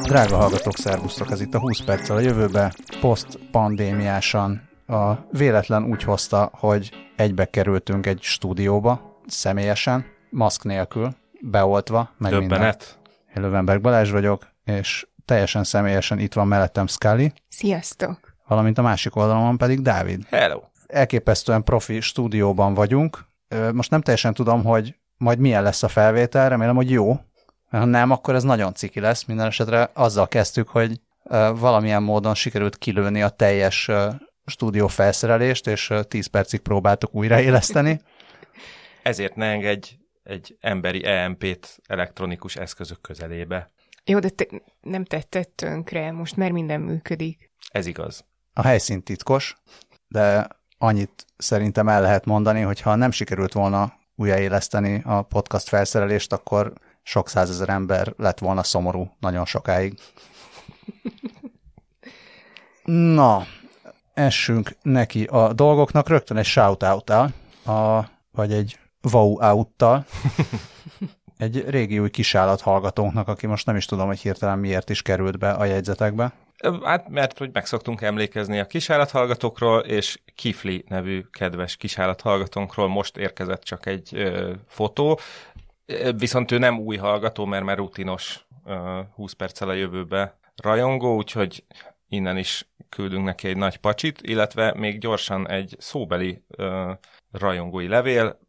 Drága hallgatók, szervusztok! Ez itt a 20 perccel a jövőbe, post-pandémiásan. A véletlen úgy hozta, hogy egybe kerültünk egy stúdióba, személyesen, maszk nélkül, beoltva, meg Döbbenet. Én Lövenberg Balázs vagyok, és teljesen személyesen itt van mellettem Scully. Sziasztok! Valamint a másik oldalon pedig Dávid. Hello! Elképesztően profi stúdióban vagyunk. Most nem teljesen tudom, hogy majd milyen lesz a felvétel, remélem, hogy jó. Ha nem, akkor ez nagyon ciki lesz. Minden esetre azzal kezdtük, hogy valamilyen módon sikerült kilőni a teljes stúdió felszerelést, és 10 percig próbáltuk újraéleszteni. Ezért ne engedj egy emberi EMP-t elektronikus eszközök közelébe. Jó, de nem tetted tönkre, most már minden működik. Ez igaz. A helyszín titkos, de annyit szerintem el lehet mondani, hogy ha nem sikerült volna újraéleszteni a podcast felszerelést, akkor sok százezer ember lett volna szomorú nagyon sokáig. Na, essünk neki a dolgoknak, rögtön egy shout-out-tal, vagy egy wow-out-tal, egy régi új kisállat hallgatónknak, aki most nem is tudom, hogy hirtelen miért is került be a jegyzetekbe. Hát, mert hogy meg szoktunk emlékezni a kisállathallgatókról, és Kifli nevű kedves kisállathallgatónkról most érkezett csak egy fotó, viszont ő nem új hallgató, mert már rutinos 20 perccel a jövőbe rajongó, úgyhogy innen is küldünk neki egy nagy pacsit, illetve még gyorsan egy szóbeli rajongói levél,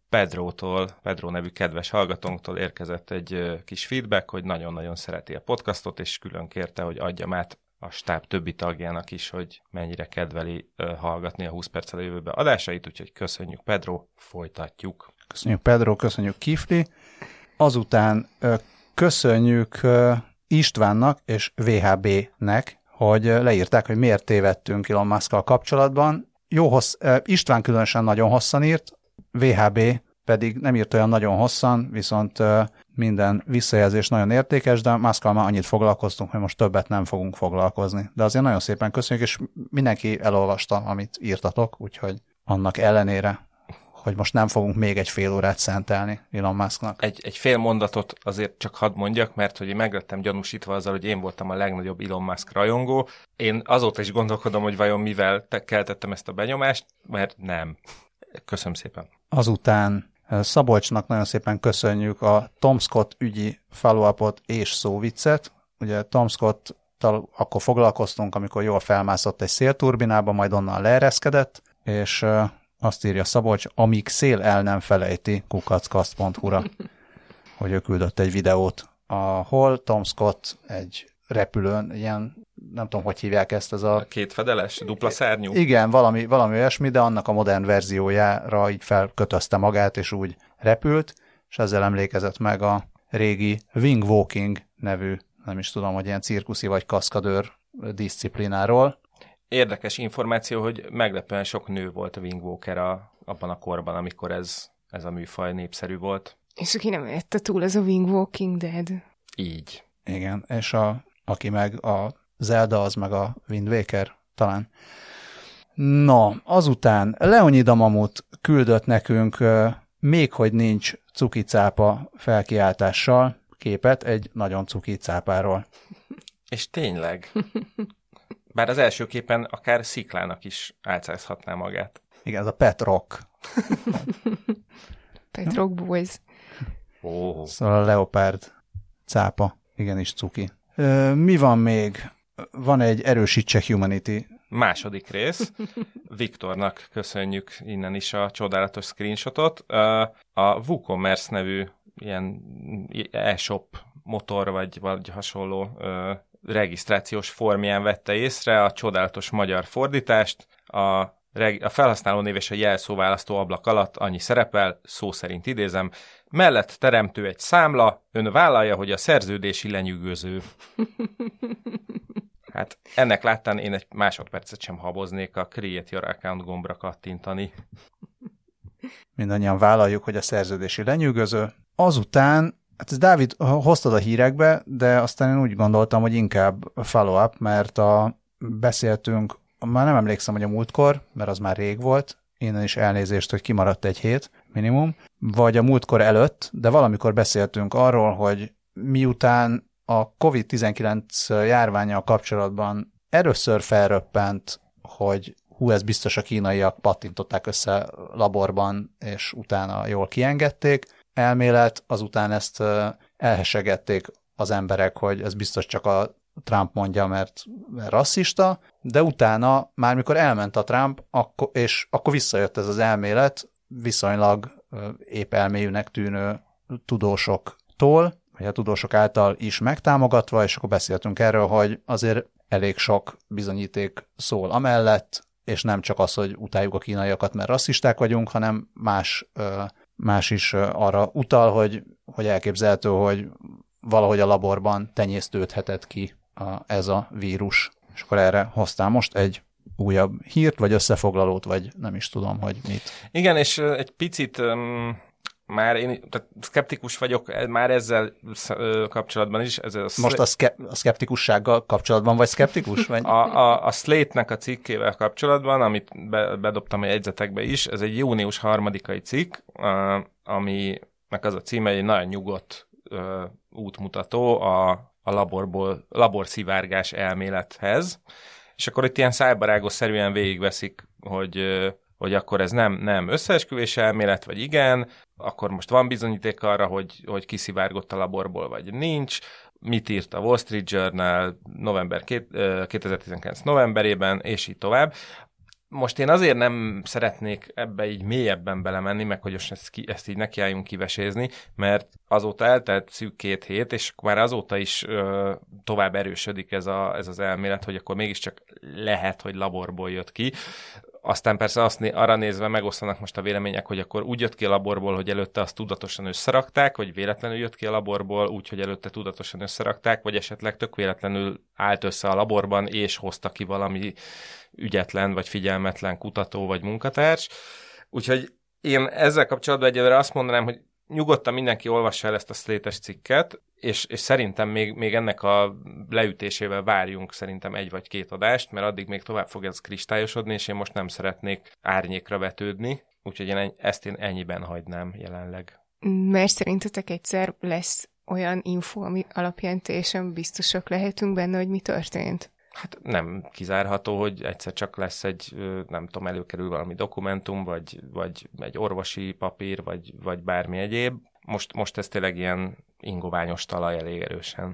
Pedro nevű kedves hallgatónktól érkezett egy kis feedback, hogy nagyon-nagyon szereti a podcastot, és külön kérte, hogy adjam át a stáb többi tagjának is, hogy mennyire kedveli hallgatni a 20 perccel a jövőbe adásait, úgyhogy köszönjük Pedro, folytatjuk. Köszönjük Pedro, köszönjük Kifli. Azután köszönjük Istvánnak és VHB-nek, hogy leírták, hogy miért tévedtünk Elon Muskkal kapcsolatban. István különösen nagyon hosszan írt, VHB pedig nem írt olyan nagyon hosszan, viszont minden visszajelzés nagyon értékes, de Muskkal már annyit foglalkoztunk, hogy most többet nem fogunk foglalkozni. De azért nagyon szépen köszönjük, és mindenki elolvasta, amit írtatok, úgyhogy annak ellenére, hogy most nem fogunk még egy fél órát szentelni Elon Musknak. Egy fél mondatot azért csak hadd mondjak, mert hogy én meglettem gyanúsítva azzal, hogy én voltam a legnagyobb Elon Musk rajongó. Én azóta is gondolkodom, hogy vajon mivel keltettem ezt a benyomást, mert nem. Köszönöm szépen. Azután Szabolcsnak nagyon szépen köszönjük a Tom Scott ügyi follow-upot és szóviccet. Ugye Tom Scott-tal akkor foglalkoztunk, amikor jól felmászott egy szélturbinába, majd onnan leereszkedett, és azt írja Szabolcs, amíg szél el nem felejti kukackast.hu-ra, hogy ő küldött egy videót, ahol Tom Scott egy repülőn, ilyen, nem tudom, hogy hívják ezt, ez a kétfedeles, dupla szárnyú? Igen, valami olyasmi, de annak a modern verziójára így felkötözte magát, és úgy repült, és ezzel emlékezett meg a régi Wing Walking nevű, nem is tudom, hogy ilyen cirkuszi vagy kaszkadőr diszciplináról. Érdekes információ, hogy meglepően sok nő volt a Wing Walker abban a korban, amikor ez a műfaj népszerű volt. És aki nem érte túl, ez a Wing Walking Dead. Így. Igen, és aki meg a Zelda, az meg a Wind Waker talán. No, azután Leonida Mamut küldött nekünk még hogy nincs cuki cápa felkiáltással képet egy nagyon cuki cápáról. És tényleg. Bár az első képen akár sziklának is álcázhatná magát. Igen, ez a Pet Rock. Pet Rock Boys. Oh. Szóval a leopárd cápa. Igenis cuki. Mi van még? Van egy Erősítse Humanity. Második rész. Viktornak köszönjük innen is a csodálatos screenshotot. A WooCommerce nevű ilyen e-shop motor vagy hasonló regisztrációs formján vette észre a csodálatos magyar fordítást. A felhasználó név és a jelszóválasztó ablak alatt annyi szerepel, szó szerint idézem, mellett teremtő egy számla, ön vállalja, hogy a szerződési lenyűgöző. Hát ennek láttán én egy másodpercet sem haboznék a Create Your Account gombra kattintani. Mindannyian vállaljuk, hogy a szerződési lenyűgöző. Azután, hát ezt Dávid hoztad a hírekbe, de aztán én úgy gondoltam, hogy inkább follow-up, mert beszéltünk, már nem emlékszem, hogy a múltkor, mert az már rég volt, innen is elnézést, hogy kimaradt egy hét minimum, vagy a múltkor előtt, de valamikor beszéltünk arról, hogy miután a COVID-19 járvánnyal kapcsolatban először felröppent, hogy ez biztos a kínaiak pattintották össze laborban, és utána jól kiengedték. Elmélet, azután ezt elhesegették az emberek, hogy ez biztos csak a Trump mondja, mert rasszista, de utána, már mikor elment a Trump, akkor visszajött ez az elmélet viszonylag épp elmélyűnek tűnő tudósoktól, vagy a tudósok által is megtámogatva, és akkor beszéltünk erről, hogy azért elég sok bizonyíték szól amellett, és nem csak az, hogy utáljuk a kínaiakat, mert rasszisták vagyunk, hanem más is arra utal, hogy elképzelhető, hogy valahogy a laborban tenyésztődhetett ki ez a vírus. És akkor erre hoztál most egy újabb hírt, vagy összefoglalót, vagy nem is tudom, hogy mit. Igen, és egy picit már én tehát szkeptikus vagyok már ezzel kapcsolatban is. Most a szkeptikussággal kapcsolatban vagy szkeptikus? Vagy? A Slate-nek a cikkével kapcsolatban, amit bedobtam a jegyzetekbe is, ez egy június 3-ai cikk, aminek az a címe, egy nagyon nyugodt útmutató a laborszivárgás elmélethez, és akkor itt ilyen szájbarágosszerűen végigveszik, hogy akkor ez nem összeesküvés elmélet, vagy igen, akkor most van bizonyíték arra, hogy kiszivárgott a laborból, vagy nincs, mit írt a Wall Street Journal 2019 novemberében, és így tovább. Most én azért nem szeretnék ebbe így mélyebben belemenni, meg hogy most ezt így nekiálljunk kivesézni, mert azóta eltelt szűk 2 hét, és már azóta is tovább erősödik ez az elmélet, hogy akkor mégiscsak lehet, hogy laborból jött ki. Aztán persze arra nézve megosztanak most a vélemények, hogy akkor úgy jött ki a laborból, hogy előtte azt tudatosan összerakták, vagy véletlenül jött ki a laborból, úgy, hogy előtte tudatosan összerakták, vagy esetleg tök véletlenül állt össze a laborban, és hozta ki valami ügyetlen, vagy figyelmetlen kutató, vagy munkatárs. Úgyhogy én ezzel kapcsolatban egyelőre azt mondanám, hogy nyugodtan mindenki olvassa el ezt a Slate-es cikket, és szerintem még ennek a leütésével várjunk szerintem 1 vagy 2 adást, mert addig még tovább fog ez kristályosodni, és én most nem szeretnék árnyékra vetődni, úgyhogy ezt én ennyiben hagynám jelenleg. Mert szerintetek egyszer lesz olyan info, ami alapján teljesen biztosak lehetünk benne, hogy mi történt? Hát nem kizárható, hogy egyszer csak lesz egy, nem tudom, előkerül valami dokumentum, vagy egy orvosi papír, vagy bármi egyéb. Most ez tényleg ilyen ingoványos talaj elég erősen.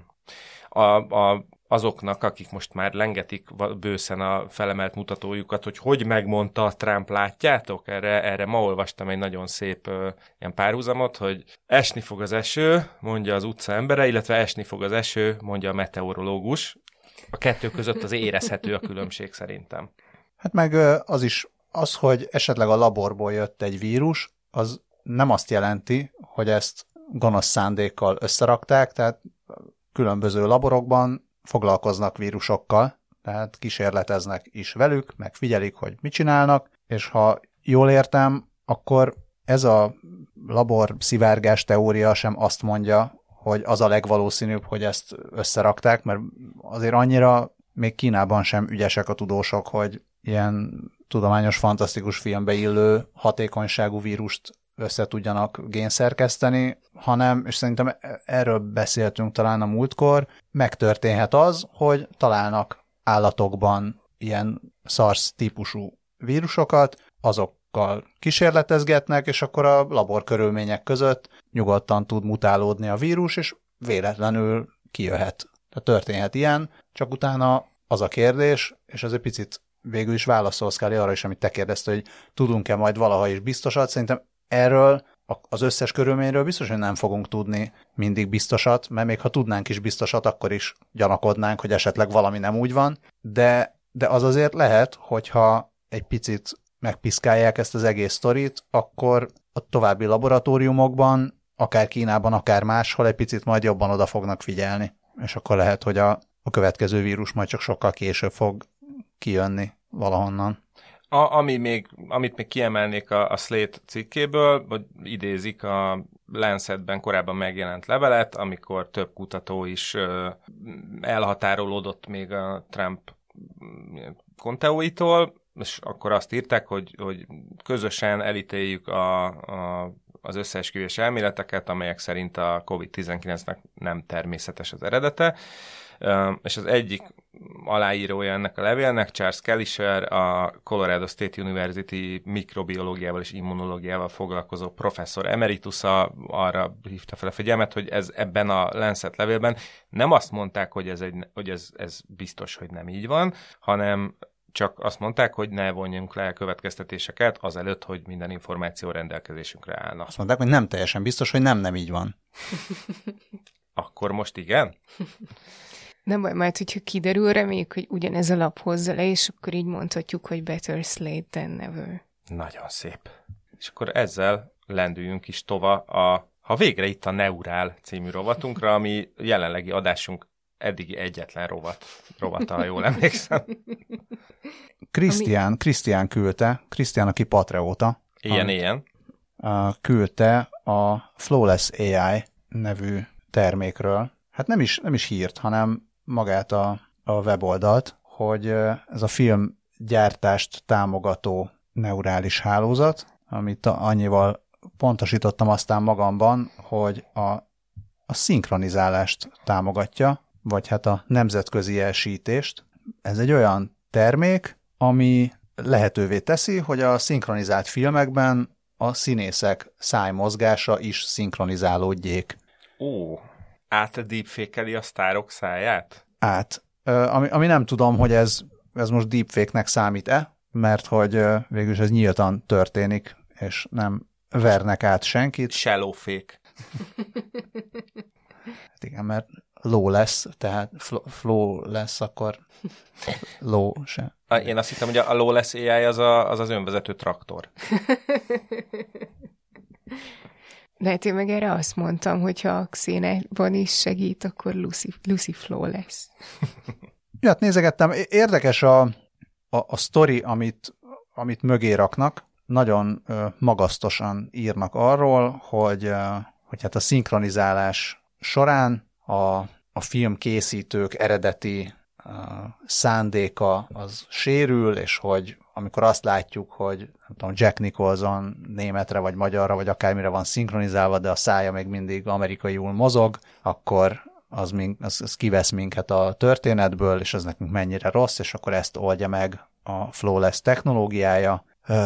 Azoknak, akik most már lengetik bőszen a felemelt mutatójukat, hogy megmondta a Trump, látjátok? Erre ma olvastam egy nagyon szép ilyen párhuzamot, hogy esni fog az eső, mondja az utca embere, illetve esni fog az eső, mondja a meteorológus. A kettő között az érezhető a különbség szerintem. Hát meg az, hogy esetleg a laborból jött egy vírus, az nem azt jelenti, hogy ezt gonosz szándékkal összerakták, tehát különböző laborokban foglalkoznak vírusokkal, tehát kísérleteznek is velük, meg figyelik, hogy mit csinálnak, és ha jól értem, akkor ez a labor szivárgás teória sem azt mondja, hogy az a legvalószínűbb, hogy ezt összerakták, mert azért annyira még Kínában sem ügyesek a tudósok, hogy ilyen tudományos, fantasztikus filmbe illő hatékonyságú vírust össze tudjanak génszerkeszteni, hanem, és szerintem erről beszéltünk talán a múltkor, megtörténhet az, hogy találnak állatokban ilyen SARS típusú vírusokat, azokkal kísérletezgetnek, és akkor a laborkörülmények között nyugodtan tud mutálódni a vírus, és véletlenül kijöhet. Tehát történhet ilyen, csak utána az a kérdés, és ez egy picit végül is válaszolsz, Káli, arra is, amit te kérdezte, hogy tudunk-e majd valaha is biztosat. Szerintem erről az összes körülményről biztos, hogy nem fogunk tudni mindig biztosat, mert még ha tudnánk is biztosat, akkor is gyanakodnánk, hogy esetleg valami nem úgy van, de az azért lehet, hogyha egy picit megpiszkálják ezt az egész sztorit, akkor a további laboratóriumokban, akár Kínában, akár máshol egy picit majd jobban oda fognak figyelni. És akkor lehet, hogy a következő vírus majd csak sokkal később fog kijönni valahonnan. Amit még kiemelnék a Slate cikkéből, hogy idézik a Lancetben korábban megjelent levelet, amikor több kutató is elhatárolódott még a Trump konteóitól, és akkor azt írták, hogy közösen elítéljük az összeesküvés elméleteket, amelyek szerint a COVID-19-nek nem természetes az eredete, és az egyik aláírója ennek a levélnek, Charles Kelisher, a Colorado State University mikrobiológiával és immunológiával foglalkozó professzor emeritusa arra hívta fel a figyelmet, hogy ez ebben a Lancet levélben nem azt mondták, hogy ez biztos, hogy nem így van, hanem csak azt mondták, hogy ne vonjunk le következtetéseket azelőtt, hogy minden információ rendelkezésünkre állna. Azt mondták, hogy nem teljesen biztos, hogy nem így van. Akkor most igen? Nem baj, majd hogyha kiderül, reméljük, hogy ugyanez a lap hozza le, és akkor így mondhatjuk, hogy better late than never. Nagyon szép. És akkor ezzel lendüljünk is ha végre itt a Neurál című rovatunkra, ami jelenlegi adásunk eddigi egyetlen rovata, ha jól emlékszem. Krisztián küldte, Krisztián, aki patrióta. Ilyen. Küldte a Flawless AI nevű termékről. Hát nem is hírt, hanem magát a weboldalt, hogy ez a filmgyártást támogató neurális hálózat, amit annyival pontosítottam aztán magamban, hogy a szinkronizálást támogatja, vagy hát a nemzetközi elsítést. Ez egy olyan termék, ami lehetővé teszi, hogy a szinkronizált filmekben a színészek szájmozgása is szinkronizálódjék. Átdeepfake-eli a sztárok száját? Ami nem tudom, hogy ez most deepfake-nek számít-e, mert hogy végülis ez nyíltan történik, és nem vernek át senkit. Shallow fake. Hát igen, mert low lesz, tehát flow lesz, akkor low se. Én azt hittem, hogy a Lawless AI az önvezető traktor. De hát én meg erre azt mondtam, hogy ha a Xénában is segít, akkor Lucy Flow lesz. Ja, hát nézegettem. Érdekes a sztori, amit mögé raknak. Nagyon magasztosan írnak arról, hogy hát a szinkronizálás során a filmkészítők eredeti szándéka az sérül, és hogy amikor azt látjuk, hogy nem tudom, Jack Nicholson németre vagy magyarra, vagy akármire van szinkronizálva, de a szája még mindig amerikaiul mozog, akkor az kivesz minket a történetből, és ez nekünk mennyire rossz, és akkor ezt oldja meg a Flawless technológiája.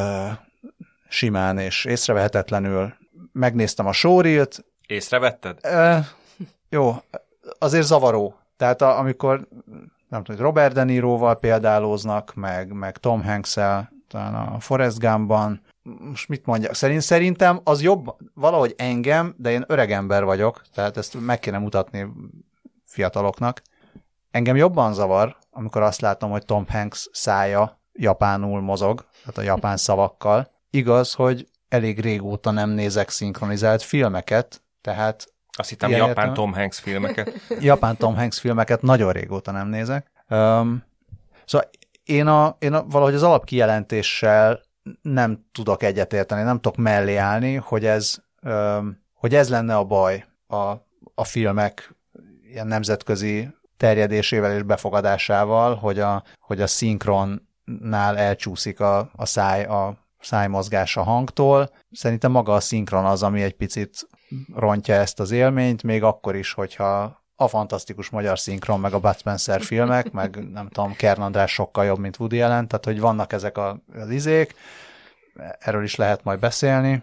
Simán és észrevehetetlenül megnéztem a showreelt. Észrevetted? Jó, azért zavaró. Tehát amikor nem tudom, Robert De Niroval példálóznak, meg Tom Hanks-el, talán a Forrest Gumpban. Most mit mondjak? Szerintem az jobb valahogy engem, de én öreg ember vagyok, tehát ezt meg kéne mutatni fiataloknak. Engem jobban zavar, amikor azt látom, hogy Tom Hanks szája japánul mozog, tehát a japán szavakkal. Igaz, hogy elég régóta nem nézek szinkronizált filmeket, tehát azt hittem japán Tom Hanks filmeket. Japán Tom Hanks filmeket nagyon régóta nem nézek. Szóval én valahogy az alapkijelentéssel nem tudok egyetérteni, nem tudok mellé állni, hogy ez lenne a baj a filmek ilyen nemzetközi terjedésével és befogadásával, hogy a szinkronnál elcsúszik a szájmozgás a hangtól. Szerintem maga a szinkron az, ami egy picit rontja ezt az élményt, még akkor is, hogyha a fantasztikus magyar szinkron, meg a Bud Spencer filmek, meg nem tudom, Kern András sokkal jobb, mint Woody Allen, tehát hogy vannak ezek az izék, erről is lehet majd beszélni.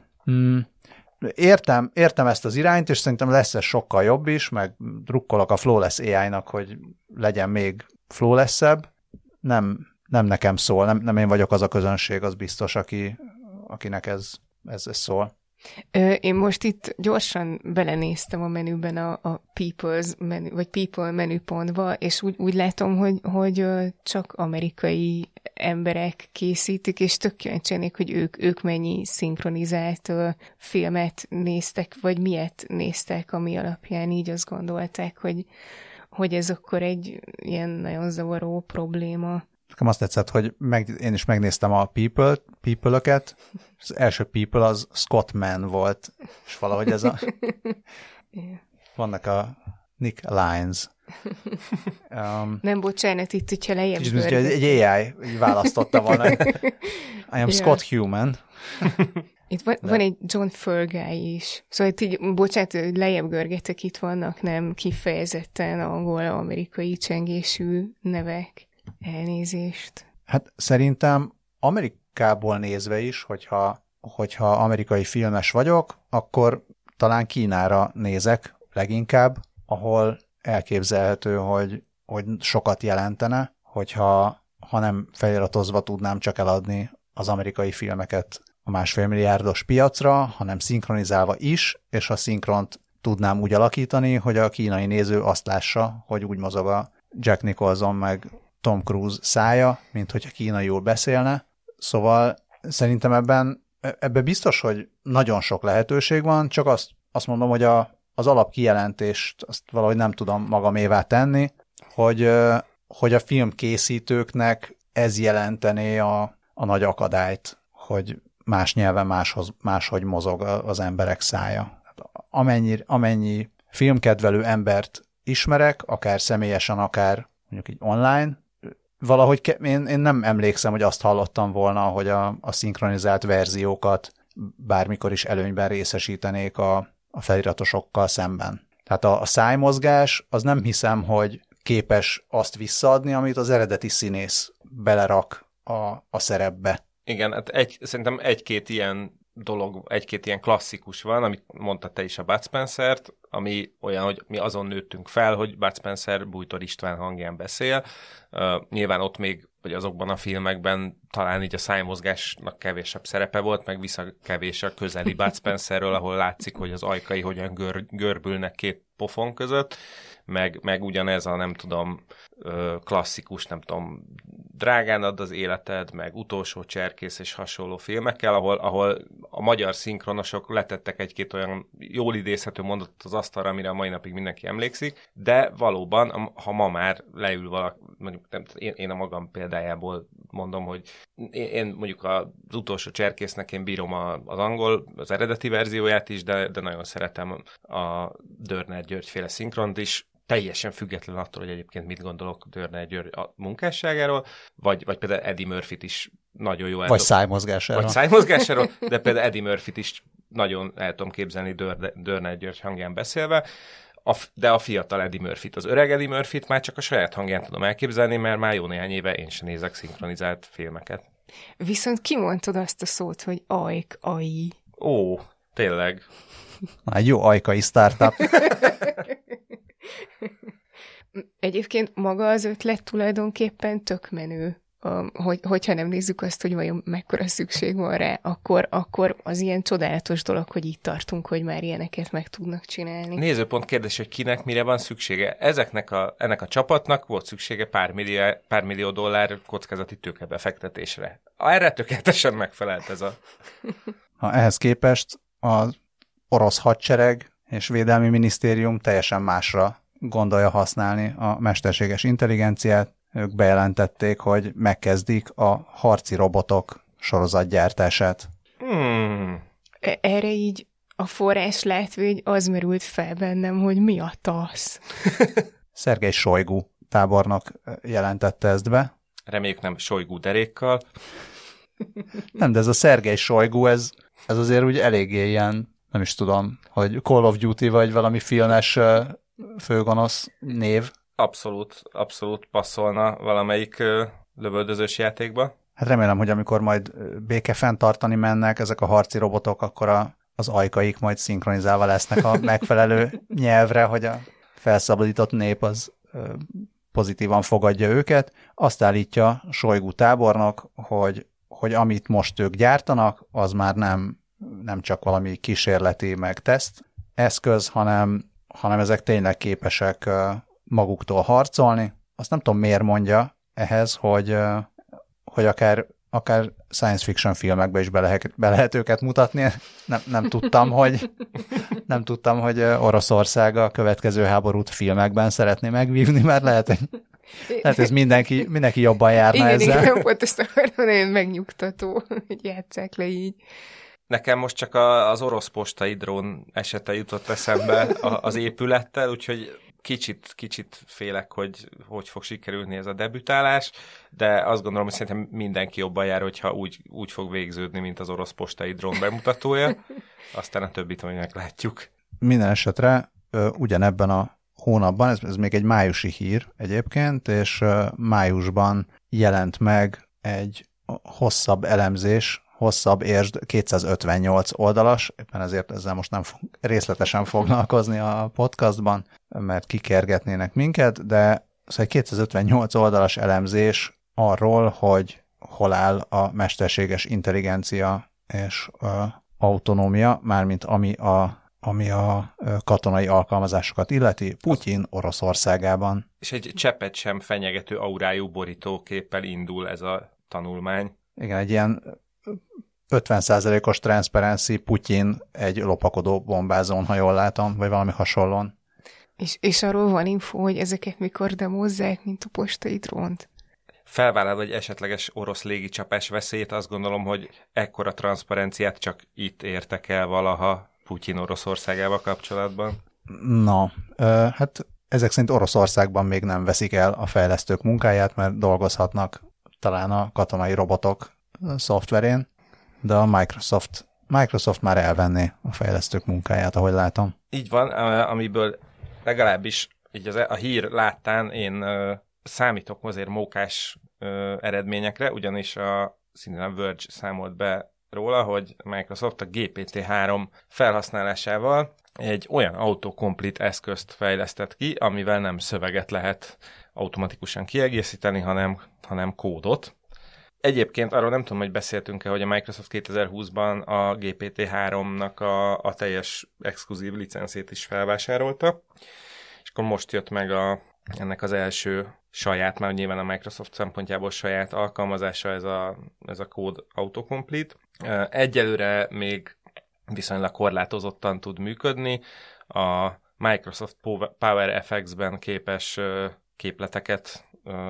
Értem ezt az irányt, és szerintem lesz ez sokkal jobb is, meg drukkolok a Flawless AI-nak, hogy legyen még flawless-ebb. Nem nekem szól, nem én vagyok az a közönség, az biztos, akinek ez szól. Én most itt gyorsan belenéztem a menüben a People's menü, vagy People menüpontba, és úgy látom, hogy csak amerikai emberek készítik, és tök kíváncsianék, hogy ők mennyi szinkronizált filmet néztek, vagy miért néztek, ami alapján így azt gondolták, hogy ez akkor egy ilyen nagyon zavaró probléma. Nekem azt tetszett, hogy én is megnéztem a People-öket, az első People az Scott Mann volt, és valahogy ez vannak a Nick Lyons. Nem, bocsánat, itt, hogyha lejjebb egy AI így választotta volna. I am Scott Human. Itt van egy John Ferguy is. Szóval itt így, bocsánat, lejjebb görgetek, itt vannak nem kifejezetten angol-amerikai csengésű nevek. Elnézést. Hát szerintem Amerikából nézve is, hogyha amerikai filmes vagyok, akkor talán Kínára nézek leginkább, ahol elképzelhető, hogy sokat jelentene, hogyha nem feliratozva tudnám csak eladni az amerikai filmeket a 1,5 milliárdos piacra, hanem szinkronizálva is, és a szinkront tudnám úgy alakítani, hogy a kínai néző azt lássa, hogy úgy mozog a Jack Nicholson meg Tom Cruise szája, mint hogyha kínaiul beszélne. Szóval szerintem ebben biztos, hogy nagyon sok lehetőség van, csak azt mondom, hogy az alapkijelentést azt valahogy nem tudom magamévá tenni, hogy a filmkészítőknek ez jelentené a nagy akadályt, hogy más nyelven máshogy mozog az emberek szája. Amennyi filmkedvelő embert ismerek, akár személyesen, akár mondjuk így online, valahogy én nem emlékszem, hogy azt hallottam volna, hogy a szinkronizált verziókat bármikor is előnyben részesítenék a feliratosokkal szemben. Tehát a szájmozgás, az nem hiszem, hogy képes azt visszaadni, amit az eredeti színész belerak a szerepbe. Igen, hát szerintem egy-két ilyen dolog, egy-két ilyen klasszikus van, amit mondta te is a Bud Spencer-t, ami olyan, hogy mi azon nőttünk fel, hogy Bud Spencer Bújtor István hangján beszél. Nyilván ott még, vagy azokban a filmekben talán így a szájmozgásnak kevésebb szerepe volt, meg visszakevés a közeli Bud Spencerről, ahol látszik, hogy az ajkai hogyan görbülnek két pofon között, meg ugyanez a nem tudom, klasszikus, nem tudom, Drágán ad az életed, meg Utolsó cserkész és hasonló filmekkel, ahol a magyar szinkronosok letettek egy-két olyan jól idézhető mondatot az asztalra, amire a mai napig mindenki emlékszik, de valóban, ha ma már leül valaki, mondjuk én a magam példájából mondom, hogy én mondjuk az Utolsó cserkésznek én bírom az angol, az eredeti verzióját is, de nagyon szeretem a Dörner György féle szinkront is, teljesen független attól, hogy egyébként mit gondolok Dörner György a munkásságáról, vagy például Eddie Murphyt is nagyon jó. Vagy szájmozgásáról. De például Eddie Murphyt is nagyon el tudom képzelni Dörner György hangján beszélve, de a fiatal Eddie Murphyt, az öreg Eddie Murphyt már csak a saját hangján tudom elképzelni, mert már jó néhány éve én sem nézek szinkronizált filmeket. Viszont kimondtad azt a szót, hogy AI. Ó, tényleg. Egy jó ajkai startup. Egyébként maga az ötlet tulajdonképpen tök menő, hogyha nem nézzük azt, hogy vajon mekkora szükség van rá, akkor az ilyen csodálatos dolog, hogy itt tartunk, hogy már ilyeneket meg tudnak csinálni. Nézőpont kérdés, hogy kinek mire van szüksége. Ennek a csapatnak volt szüksége pár millió dollár kockázati tőkebefektetésre. Erre tökéletesen megfelelt ez a... Ehhez képest az orosz hadsereg és védelmi minisztérium teljesen másra gondolja használni a mesterséges intelligenciát. Ők bejelentették, hogy megkezdik a harci robotok sorozatgyártását. Erre így a forrás látva, hogy az merült fel bennem, hogy mi a tasz. Szergej Sojgu tábornok jelentette ezt be. Reméljük nem Sojgu derékkal. Nem, de ez a Szergej Sojgu, ez azért úgy eléggé ilyen, nem is tudom, hogy Call of Duty vagy valami filmes főgonosz név. Abszolút passzolna valamelyik lövöldözős játékba. Hát remélem, hogy amikor majd békefenntartani mennek ezek a harci robotok, akkor az ajkaik majd szinkronizálva lesznek a megfelelő nyelvre, hogy a felszabadított nép az pozitívan fogadja őket. Azt állítja Sojgu tábornok, hogy amit most ők gyártanak, az már nem csak valami kísérleti meg teszt eszköz, hanem ezek tényleg képesek maguktól harcolni. Azt nem tudom, miért mondja ehhez, hogy akár science fiction filmekbe is be lehet őket mutatni. Nem tudtam, hogy Oroszország a következő háborút filmekben szeretné megvívni, mert lehet, ez mindenki jobban járna ezzel. Igen, pont ezt akarom, nagyon megnyugtató, hogy játsszák le így. Nekem most csak az orosz postai drón esete jutott eszembe az épülettel, úgyhogy kicsit félek, hogy fog sikerülni ez a debütálás, de azt gondolom, hogy szerintem mindenki jobban jár, hogyha úgy fog végződni, mint az orosz postai drón bemutatója. Aztán a többit majd meglátjuk. Minden esetre ugyanebben a hónapban, ez még egy májusi hír egyébként, és májusban jelent meg egy hosszabb elemzés, értsd 258 oldalas, éppen ezért ezzel most nem fog részletesen foglalkozni a podcastban, mert kikergetnének minket, de szóval 258 oldalas elemzés arról, hogy hol áll a mesterséges intelligencia és autonómia, mármint ami a katonai alkalmazásokat illeti, Putyin Oroszországában. És egy cseppet sem fenyegető aurájú borítóképpel indul ez a tanulmány. Igen, egy ilyen 50%-os transzparency, Putyin egy lopakodó bombázón, ha jól látom, vagy valami hasonlóan. És arról van info, hogy ezeket mikor demozzák, mint a postai drónt? Felvállalva egy esetleges orosz légicsapás veszélyét, azt gondolom, hogy ekkora transzparenciát csak itt értek el valaha Putyin Oroszországával kapcsolatban. Na, hát ezek szerint Oroszországban még nem veszik el a fejlesztők munkáját, mert dolgozhatnak talán a katonai robotok szoftverén, de a Microsoft már elvenné a fejlesztők munkáját, ahogy látom. Így van, amiből legalábbis így a hír láttán én számítok azért mókás eredményekre, ugyanis szintén a Verge számolt be róla, hogy Microsoft a GPT-3 felhasználásával egy olyan autocomplete eszközt fejlesztett ki, amivel nem szöveget lehet automatikusan kiegészíteni, hanem kódot. Egyébként arról nem tudom, hogy beszéltünk-e, hogy a Microsoft 2020-ban a GPT-3-nak a teljes exkluzív licenszét is felvásárolta, és akkor most jött meg ennek az első saját, már nyilván a Microsoft szempontjából saját alkalmazása ez a kód autocomplete. Egyelőre még viszonylag korlátozottan tud működni. A Microsoft PowerFX-ben képes képleteket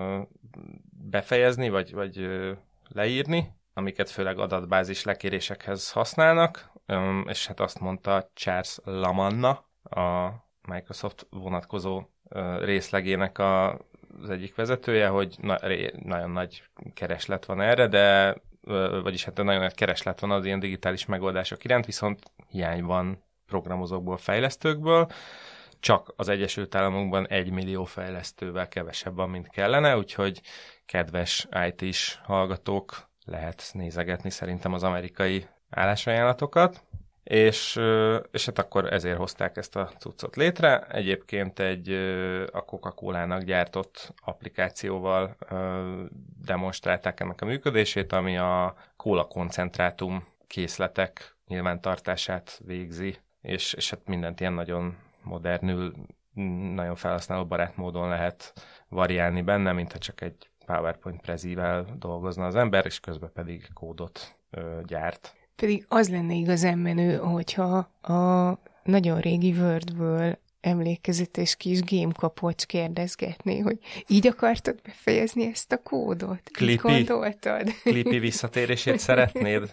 befejezni, vagy leírni, amiket főleg adatbázis lekérésekhez használnak, és hát azt mondta Charles Lamanna, a Microsoft vonatkozó részlegének az egyik vezetője, hogy nagyon nagy kereslet van erre, vagyis hát nagyon nagy kereslet van az ilyen digitális megoldások iránt, viszont hiány van programozókból, fejlesztőkből, csak az Egyesült Államokban 1 millió fejlesztővel kevesebb, mint kellene, úgyhogy kedves IT-s hallgatók, lehet nézegetni szerintem az amerikai állásajánlatokat, és hát akkor ezért hozták ezt a cuccot létre. Egyébként a Coca-Cola-nak gyártott applikációval demonstrálták ennek a működését, ami a kóla koncentrátum készletek nyilvántartását végzi, és hát mindent ilyen nagyon modernül, nagyon felhasználóbarát módon lehet variálni benne, mintha csak egy PowerPoint prezivel dolgozna az ember, és közben pedig kódot gyárt. Pedig az lenne igazán menő, hogyha a nagyon régi Wordből emlékezetes kis gémkapocs kérdezgetné, hogy így akartad befejezni ezt a kódot? Így gondoltad? Clippy visszatérését szeretnéd?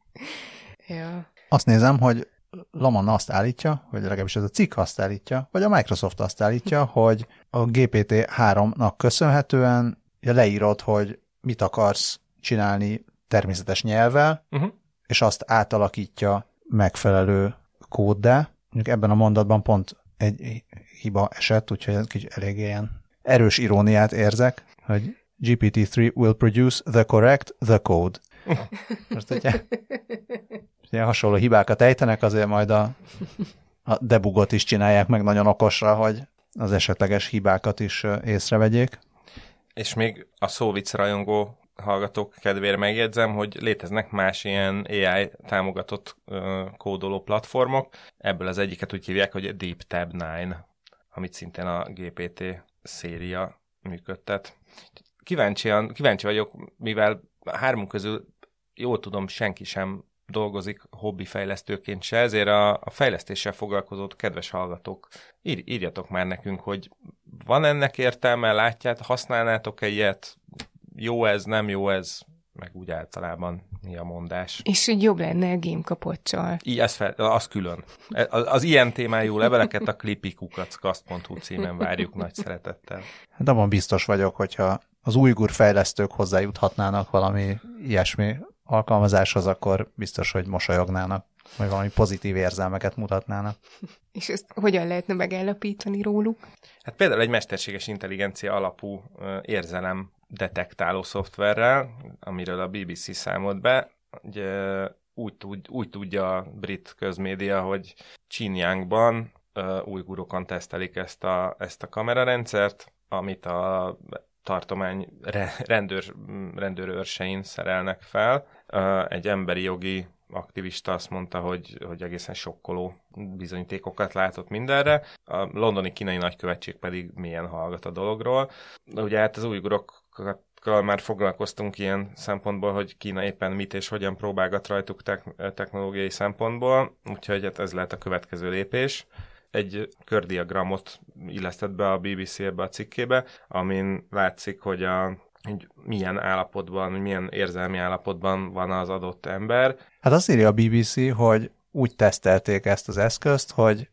Ja. Azt nézem, hogy Lamanna azt állítja, vagy legalábbis ez a cikk azt állítja, vagy a Microsoft azt állítja, hogy a GPT-3-nak köszönhetően leírod, hogy mit akarsz csinálni természetes nyelvvel, és azt átalakítja megfelelő kóddá. Mondjuk ebben a mondatban pont egy hiba esett, úgyhogy egy kicsit elég ilyen erős iróniát érzek, hogy GPT-3 will produce the code. Most ugye hasonló hibákat ejtenek, azért majd a debugot is csinálják meg nagyon okosra, hogy az esetleges hibákat is észrevegyék. És még a szóvic rajongó hallgatók kedvére megjegyzem, hogy léteznek más ilyen AI támogatott kódoló platformok. Ebből az egyiket úgy hívják, hogy DeepTab9, amit szintén a GPT széria működtet. Kíváncsi vagyok, mivel a hármunk közül jól tudom, senki sem dolgozik hobbifejlesztőként se, ezért a fejlesztéssel foglalkozó kedves hallgatók, írjatok már nekünk, hogy van ennek értelme, látját, használnátok-e ilyet, jó ez, nem jó ez, meg úgy általában mi a mondás. És hogy jobb lenne a gémkapocsal. Az külön. Az ilyen témájú leveleket a klipikukackast.hu címen várjuk nagy szeretettel. De abban biztos vagyok, hogyha az ujgur fejlesztők hozzájuthatnának valami ilyesmi alkalmazáshoz, akkor biztos, hogy mosolyognának, vagy valami pozitív érzelmeket mutatnának. És ezt hogyan lehetne megállapítani róluk? Hát például egy mesterséges intelligencia alapú érzelem detektáló szoftverrel, amiről a BBC számolt be, ugye úgy tudja a brit közmédia, hogy Xinjiangban ujgurokon tesztelik ezt a kamerarendszert, amit a tartomány rendőrőrsein szerelnek fel. Egy emberi jogi aktivista azt mondta, hogy egészen sokkoló bizonyítékokat látott mindenre. A londoni kínai nagykövetség pedig mélyen hallgat a dologról. De ugye hát az ujgurokkal már foglalkoztunk ilyen szempontból, hogy Kína éppen mit és hogyan próbálgat rajtuk technológiai szempontból, úgyhogy hát ez lehet a következő lépés. Egy kördiagramot illesztett be a BBC ebbe a cikkébe, amin látszik, hogy milyen állapotban, milyen érzelmi állapotban van az adott ember. Hát azt írja a BBC, hogy úgy tesztelték ezt az eszközt, hogy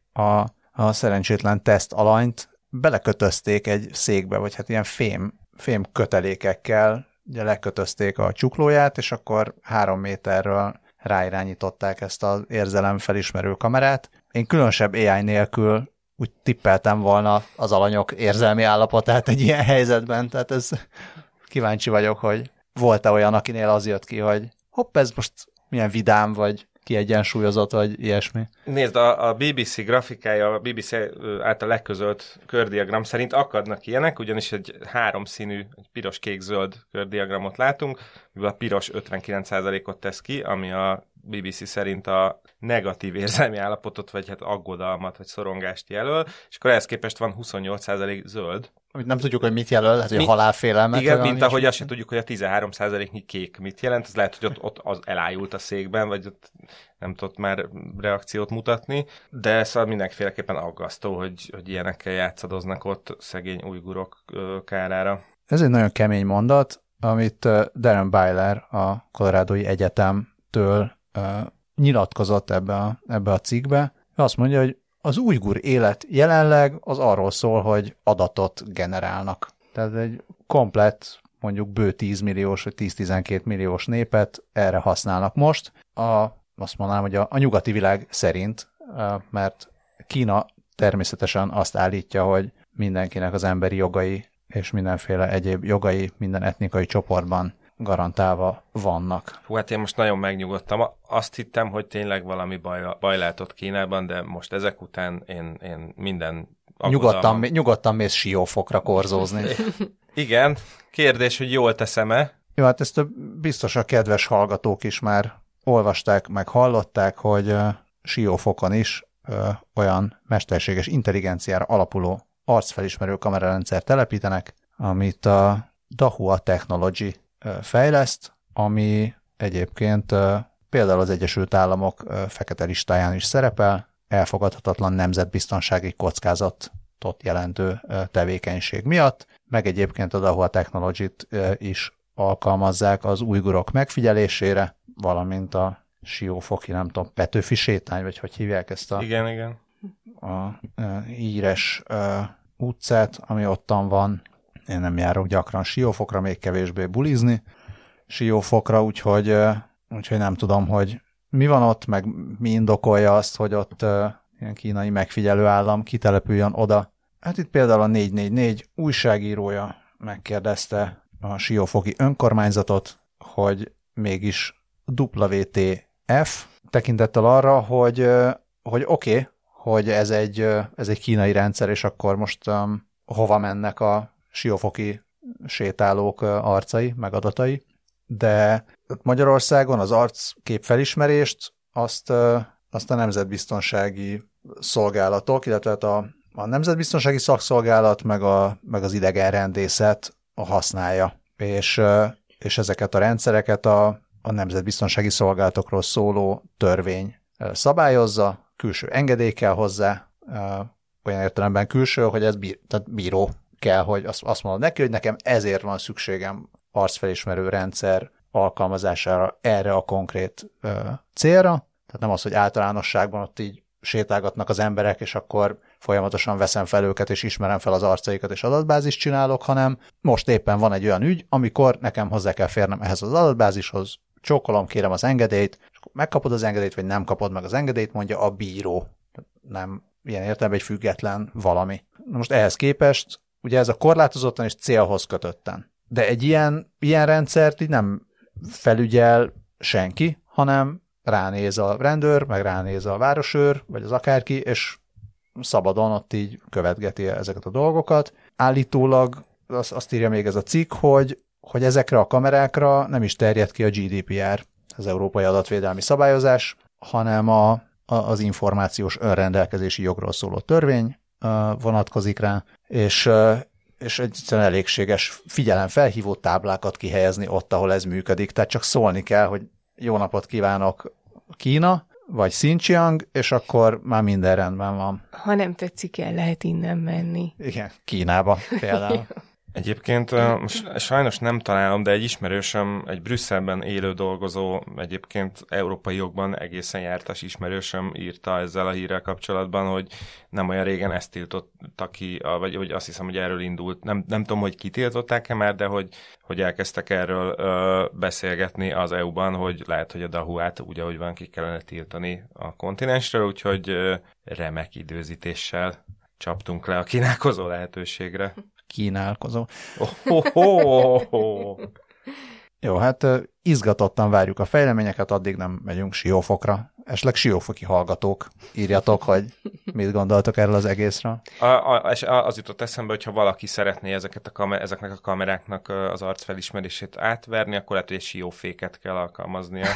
a szerencsétlen teszt alanyt belekötözték egy székbe, vagy hát ilyen fém kötelékekkel, ugye lekötözték a csuklóját, és akkor 3 méterről ráirányították ezt az érzelemfelismerő kamerát. Én különösebb AI nélkül úgy tippeltem volna az alanyok érzelmi állapotát egy ilyen helyzetben, tehát ez kíváncsi vagyok, hogy volt-e olyan, akinél az jött ki, hogy hopp, ez most milyen vidám, vagy kiegyensúlyozott, vagy ilyesmi. Nézd, a BBC grafikája, a BBC által leközölt kördiagram szerint akadnak ilyenek, ugyanis egy 3 színű, egy piros-kék-zöld kördiagramot látunk, mivel a piros 59%-ot tesz ki, ami a BBC szerint a negatív érzelmi állapotot, vagy hát aggodalmat, vagy szorongást jelöl, és akkor ehhez képest van 28% zöld. Amit nem tudjuk, hogy mit jelöl, hát, hogy a halálfélelmet. Igen, mint ahogy azt sem tudjuk, hogy a 13%-nyi kék mit jelent, az lehet, hogy ott az elájult a székben, vagy ott nem tudott már reakciót mutatni, de szóval mindenféleképpen aggasztó, hogy ilyenekkel játszadoznak ott szegény ujgurok kárára. Ez egy nagyon kemény mondat, amit Darren Byler a Colorado-i Egyetemtől nyilatkozott ebbe a cikkbe. Azt mondja, hogy az ujgur élet jelenleg az arról szól, hogy adatot generálnak. Tehát egy komplett, mondjuk bő 10 milliós vagy 10-12 milliós népet erre használnak most. Azt mondanám, hogy a nyugati világ szerint, mert Kína természetesen azt állítja, hogy mindenkinek az emberi jogai és mindenféle egyéb jogai minden etnikai csoportban garantálva vannak. Hú, hát én most nagyon megnyugodtam. Azt hittem, hogy tényleg valami baj látott Kínában, de most ezek után én minden Nyugodtan mész Siófokra korzózni. Igen. Kérdés, hogy jól teszem-e? Jó, hát ezt biztos a kedves hallgatók is már olvasták, meg hallották, hogy Siófokon is olyan mesterséges intelligenciára alapuló arcfelismerő kamerarendszer telepítenek, amit a Dahua Technology fejleszt, ami egyébként például az Egyesült Államok fekete listáján is szerepel, elfogadhatatlan nemzetbiztonsági kockázatot jelentő tevékenység miatt, meg egyébként a Dahua Technology-t is alkalmazzák az ujgurok megfigyelésére, valamint a siófoki, nem tudom, Petőfi sétány, vagy hogy hívják ezt a... Igen. A híres utcát, ami ottan van. Én nem járok gyakran Siófokra, még kevésbé bulizni Siófokra, úgyhogy nem tudom, hogy mi van ott, meg mi indokolja azt, hogy ott ilyen kínai megfigyelő állam kitelepüljön oda. Hát itt például a 444 újságírója megkérdezte a siófoki önkormányzatot, hogy mégis WTF tekintettel arra, hogy oké, hogy ez egy kínai rendszer, és akkor most hova mennek a siófoki sétálók arcai, meg adatai, de Magyarországon az arckép felismerést azt a nemzetbiztonsági szolgálatok, illetve a nemzetbiztonsági szakszolgálat, meg az idegenrendészet használja, és ezeket a rendszereket a nemzetbiztonsági szolgálatokról szóló törvény szabályozza, külső engedély kell hozzá, olyan értelemben külső, hogy ez tehát bíró kell, hogy azt mondod neki, hogy nekem ezért van szükségem arcfelismerő rendszer alkalmazására erre a konkrét célra. Tehát nem az, hogy általánosságban ott így sétálgatnak az emberek, és akkor folyamatosan veszem fel őket, és ismerem fel az arcaikat, és adatbázist csinálok, hanem most éppen van egy olyan ügy, amikor nekem hozzá kell férnem ehhez az adatbázishoz, csókolom, kérem az engedélyt, és akkor megkapod az engedélyt, vagy nem kapod meg az engedélyt, mondja a bíró. Nem ilyen értelemben egy független valami. Na most ehhez képest, ugye ez a korlátozottan és célhoz kötötten. De egy ilyen rendszert így nem felügyel senki, hanem ránéz a rendőr, meg ránéz a városőr, vagy az akárki, és szabadon ott így követgeti ezeket a dolgokat. Állítólag azt írja még ez a cikk, hogy ezekre a kamerákra nem is terjed ki a GDPR, az Európai Adatvédelmi Szabályozás, hanem az információs önrendelkezési jogról szóló törvény vonatkozik rá, és egyszerűen elégséges figyelemfelhívó táblákat kihelyezni ott, ahol ez működik. Tehát csak szólni kell, hogy jó napot kívánok Kína, vagy Xinjiang, és akkor már minden rendben van. Ha nem tetszik, el lehet innen menni. Igen, Kínába például. Egyébként sajnos nem találom, de egy ismerősöm, egy Brüsszelben élő dolgozó, egyébként európai jogban egészen jártas ismerősöm írta ezzel a hírrel kapcsolatban, hogy nem olyan régen ezt tiltotta ki, vagy azt hiszem, hogy erről indult. Nem tudom, hogy kitiltották-e már, de hogy elkezdtek erről beszélgetni az EU-ban, hogy lehet, hogy a Dahuát úgy, ahogy van, ki kellene tiltani a kontinensről, úgyhogy remek időzítéssel csaptunk le a kínálkozó lehetőségre. Kínálkozó. Jó, hát izgatottan várjuk a fejleményeket, addig nem megyünk Siófokra. Esetleg siófoki hallgatók, írjatok, hogy mit gondoltok erről az egészről. És az jutott eszembe, hogyha valaki szeretné ezeknek a kameráknak az arcfelismerését átverni, akkor lehet, hogy egy sióféket kell alkalmaznia.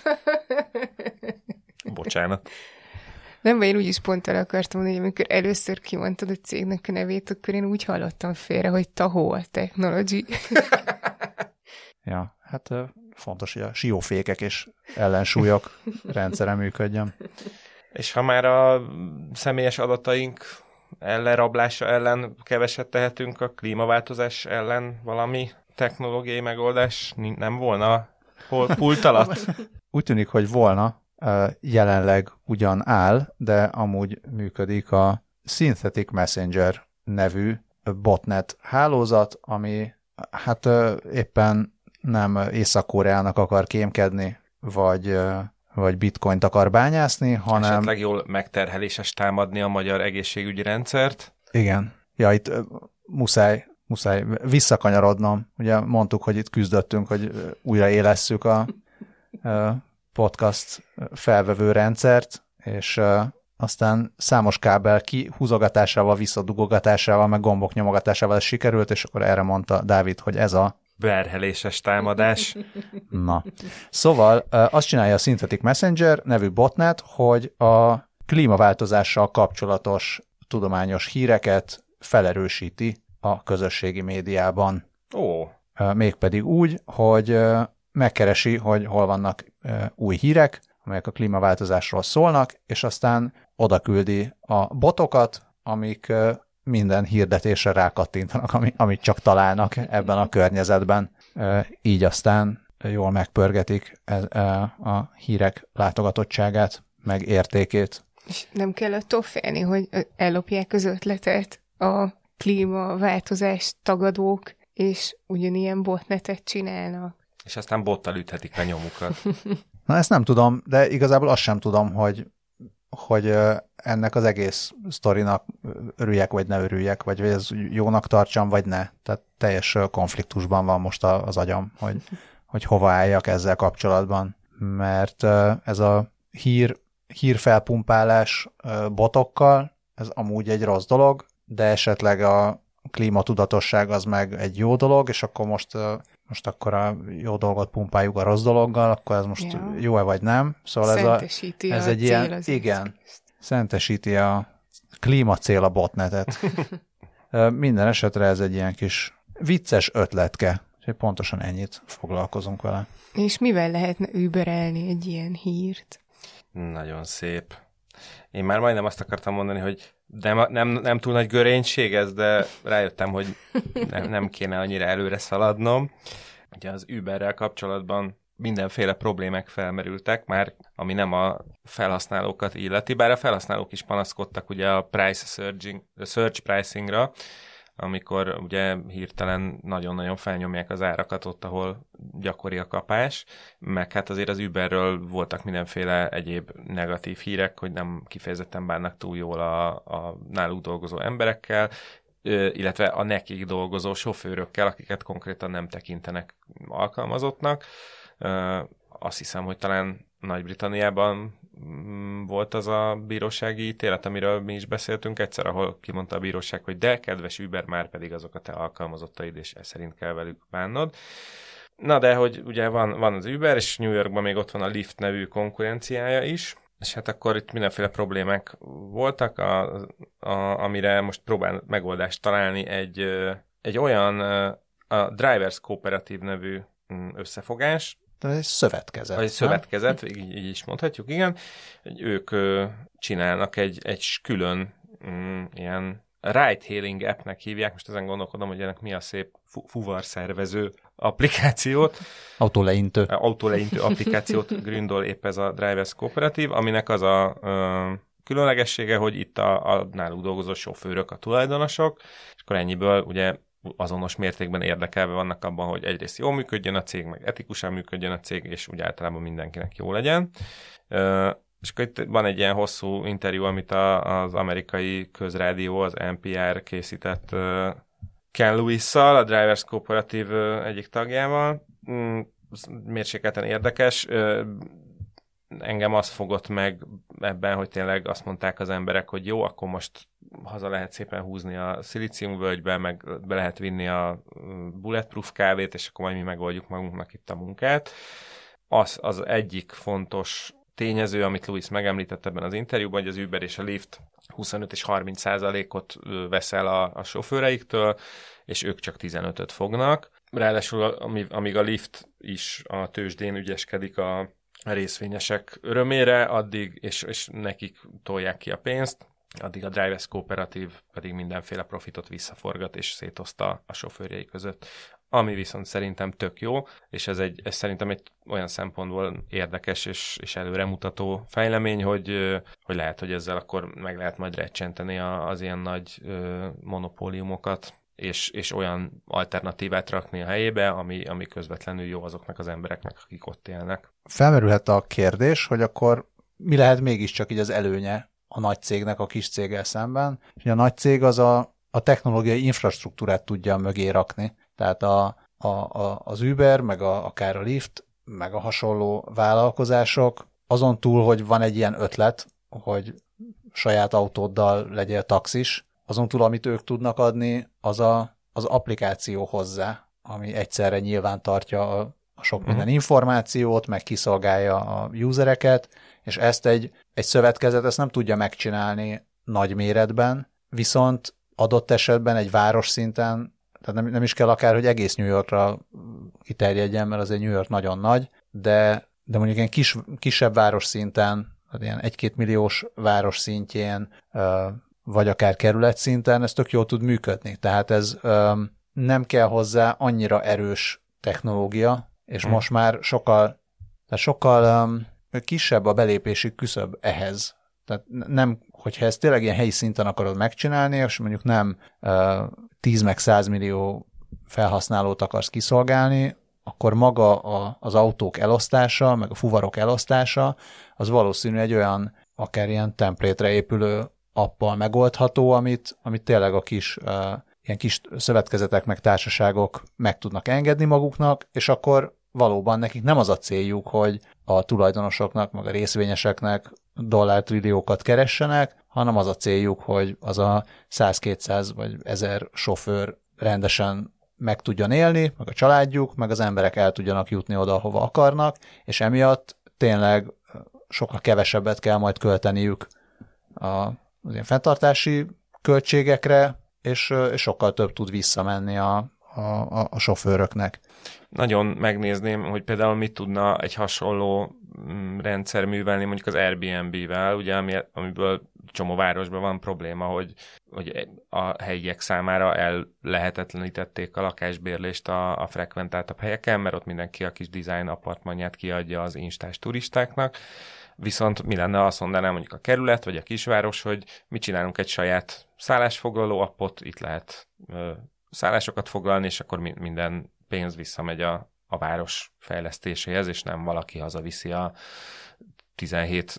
Bocsánat. Nem, én úgyis pont el akartam mondani, hogy amikor először kimondtad a cégnek a nevét, akkor én úgy hallottam félre, hogy Tahoe Technology. Ja, hát fontos, hogy a siófékek és ellensúlyok rendszere működjön. És ha már a személyes adataink ellenrablása ellen keveset tehetünk, a klímaváltozás ellen valami technológiai megoldás nem volna pult alatt? Úgy tűnik, hogy volna. Jelenleg ugyan áll, de amúgy működik a Synthetic Messenger nevű botnet hálózat, ami hát éppen nem Észak-Koreának akar kémkedni, vagy bitcoint akar bányászni, hanem... Esetleg jól megterheléses támadni a magyar egészségügyi rendszert. Igen. Ja, itt muszáj visszakanyarodnom. Ugye mondtuk, hogy itt küzdöttünk, hogy újraélesszük a podcast felvevő rendszert, és aztán számos kábel kihúzogatásával, visszadugogatásával, meg gombok nyomogatásával ez sikerült, és akkor erre mondta Dávid, hogy ez a berheléses támadás. Na. Szóval azt csinálja a Synthetic Messenger nevű botnet, hogy a klímaváltozással kapcsolatos tudományos híreket felerősíti a közösségi médiában. Ó. Mégpedig úgy, hogy megkeresi, hogy hol vannak új hírek, amelyek a klímaváltozásról szólnak, és aztán oda küldi a botokat, amik minden hirdetésre rákattintanak, amit csak találnak ebben a környezetben. Így aztán jól megpörgetik a hírek látogatottságát, meg értékét. És nem kell attól félni, hogy ellopják az ötletet a klímaváltozás tagadók, és ugyanilyen botnetet csinálnak. És aztán bottal üthetik a nyomukat. Na ezt nem tudom, de igazából azt sem tudom, hogy ennek az egész sztorinak örüljek, vagy ne örüljek, vagy ez jónak tartsam, vagy ne. Tehát teljes konfliktusban van most az agyam, hogy hova álljak ezzel kapcsolatban. Mert ez a hírfelpumpálás botokkal, ez amúgy egy rossz dolog, de esetleg a klímatudatosság az meg egy jó dolog, és akkor most akkor a jó dolgot pumpáljuk a rossz dologgal, akkor ez most jó-e vagy nem. Szóval szentesíti ez a egy cél ilyen, igen, szentesíti a klímacél a botnetet. Minden esetre ez egy ilyen kis vicces ötletke, és pontosan ennyit foglalkozunk vele. És mivel lehetne überelni egy ilyen hírt? Nagyon szép. Én már majdnem azt akartam mondani, hogy nem túl nagy görénység ez, de rájöttem, hogy nem kéne annyira előre szaladnom. ugye az Uberrel kapcsolatban mindenféle problémák felmerültek, már ami nem a felhasználókat illeti, bár a felhasználók is panaszkodtak ugye a search pricingra, amikor ugye hirtelen nagyon-nagyon felnyomják az árakat ott, ahol gyakori a kapás, meg hát azért az Uberről voltak mindenféle egyéb negatív hírek, hogy nem kifejezetten bánnak túl jól a náluk dolgozó emberekkel, illetve a nekik dolgozó sofőrökkel, akiket konkrétan nem tekintenek alkalmazottnak. Azt hiszem, hogy talán Nagy-Britanniában volt az a bírósági ítélet, amiről mi is beszéltünk egyszer, ahol kimondta a bíróság, hogy de, kedves Uber, már pedig azok a te alkalmazottaid, és ez szerint kell velük bánnod. Na de, hogy ugye van az Uber, és New Yorkban még ott van a Lyft nevű konkurenciája is, és hát akkor itt mindenféle problémák voltak, amire most próbál megoldást találni egy olyan a Drivers Cooperative nevű összefogás. Ez egy szövetkezet. Vagy szövetkezet, így is mondhatjuk, igen. Ők csinálnak egy külön ilyen ride-hailing appnek hívják, most ezen gondolkodom, hogy ennek mi a szép fuvarszervező applikációt. Autóleintő applikációt gründol épp ez a Drivers Cooperative, aminek az a különlegessége, hogy itt a náluk dolgozó sofőrök a tulajdonosok, és akkor ennyiből ugye azonos mértékben érdekelve vannak abban, hogy egyrészt jól működjön a cég, meg etikusan működjön a cég, és úgy általában mindenkinek jó legyen. És akkor itt van egy ilyen hosszú interjú, amit az amerikai közrádió, az NPR készített Ken Lewis-szal, a Drivers Cooperative egyik tagjával. Mérsékelten érdekes. Engem az fogott meg ebben, hogy tényleg azt mondták az emberek, hogy jó, akkor most haza lehet szépen húzni a szilíciumvölgybe, meg be lehet vinni a bulletproof kávét, és akkor majd mi megoldjuk magunknak itt a munkát. Az egyik fontos tényező, amit Lewis megemlített ebben az interjúban, hogy az Uber és a Lyft 25 és 30%-ot veszel a sofőreiktől, és ők csak 15-öt fognak. Ráadásul amíg a Lyft is a tőzsdén ügyeskedik a részvényesek örömére, addig, és nekik tolják ki a pénzt, addig a Drivers Cooperative pedig mindenféle profitot visszaforgat és szétoszta a sofőrjei között. Ami viszont szerintem tök jó, és ez szerintem egy olyan szempontból érdekes és előremutató fejlemény, hogy lehet, hogy ezzel akkor meg lehet majd recsenteni az ilyen nagy monopóliumokat, és olyan alternatívát rakni a helyébe, ami közvetlenül jó azoknak az embereknek, akik ott élnek. Felmerülhet a kérdés, hogy akkor mi lehet mégiscsak így az előnye a nagy cégnek a kis céggel szemben, és a nagy cég az a technológiai infrastruktúrát tudja mögé rakni. Tehát az Uber, meg akár a Lyft, meg a hasonló vállalkozások, azon túl, hogy van egy ilyen ötlet, hogy saját autóddal legyél taxis, azon túl, amit ők tudnak adni, az applikáció hozzá, ami egyszerre nyilván tartja a sok minden információt, meg kiszolgálja a usereket, és ezt egy szövetkezet ezt nem tudja megcsinálni nagy méretben, viszont adott esetben egy város szinten, tehát nem is kell akár, hogy egész New Yorkra kiterjedjen, mert azért New York nagyon nagy, de mondjuk ilyen kisebb város szinten, ilyen 1-2 milliós város szintjén, vagy akár kerület szinten, ez tök jól tud működni. Tehát ez nem kell hozzá annyira erős technológia, és most már sokkal kisebb a belépési küszöb ehhez. Tehát nem, hogyha ezt tényleg ilyen helyi szinten akarod megcsinálni, és mondjuk nem 10 meg 100 millió felhasználót akarsz kiszolgálni, akkor maga az autók elosztása, meg a fuvarok elosztása, az valószínű egy olyan, akár ilyen templétre épülő appal megoldható, amit tényleg a ilyen kis szövetkezetek meg társaságok meg tudnak engedni maguknak, és akkor valóban nekik nem az a céljuk, hogy a tulajdonosoknak, meg a részvényeseknek dollártrilliókat keressenek, hanem az a céljuk, hogy az a 100-200 vagy 1000 sofőr rendesen meg tudjon élni, meg a családjuk, meg az emberek el tudjanak jutni oda, ahova akarnak, és emiatt tényleg sokkal kevesebbet kell majd költeniük az ilyen fenntartási költségekre, és sokkal több tud visszamenni a sofőröknek. Nagyon megnézném, hogy például mit tudna egy hasonló rendszer művelni mondjuk az Airbnb-vel, ugye, amiből csomó városban van probléma, hogy a helyiek számára ellehetetlenítették a lakásbérlést a frekventáltabb helyeken, mert ott mindenki a kis design apartmanját kiadja az instás turistáknak. Viszont mi lenne, azt mondaná mondjuk a kerület, vagy a kisváros, hogy mi csinálunk egy saját szállásfoglaló appot, itt lehet szállásokat foglalni, és akkor minden pénz visszamegy a város fejlesztéséhez, és nem valaki hazaviszi a 17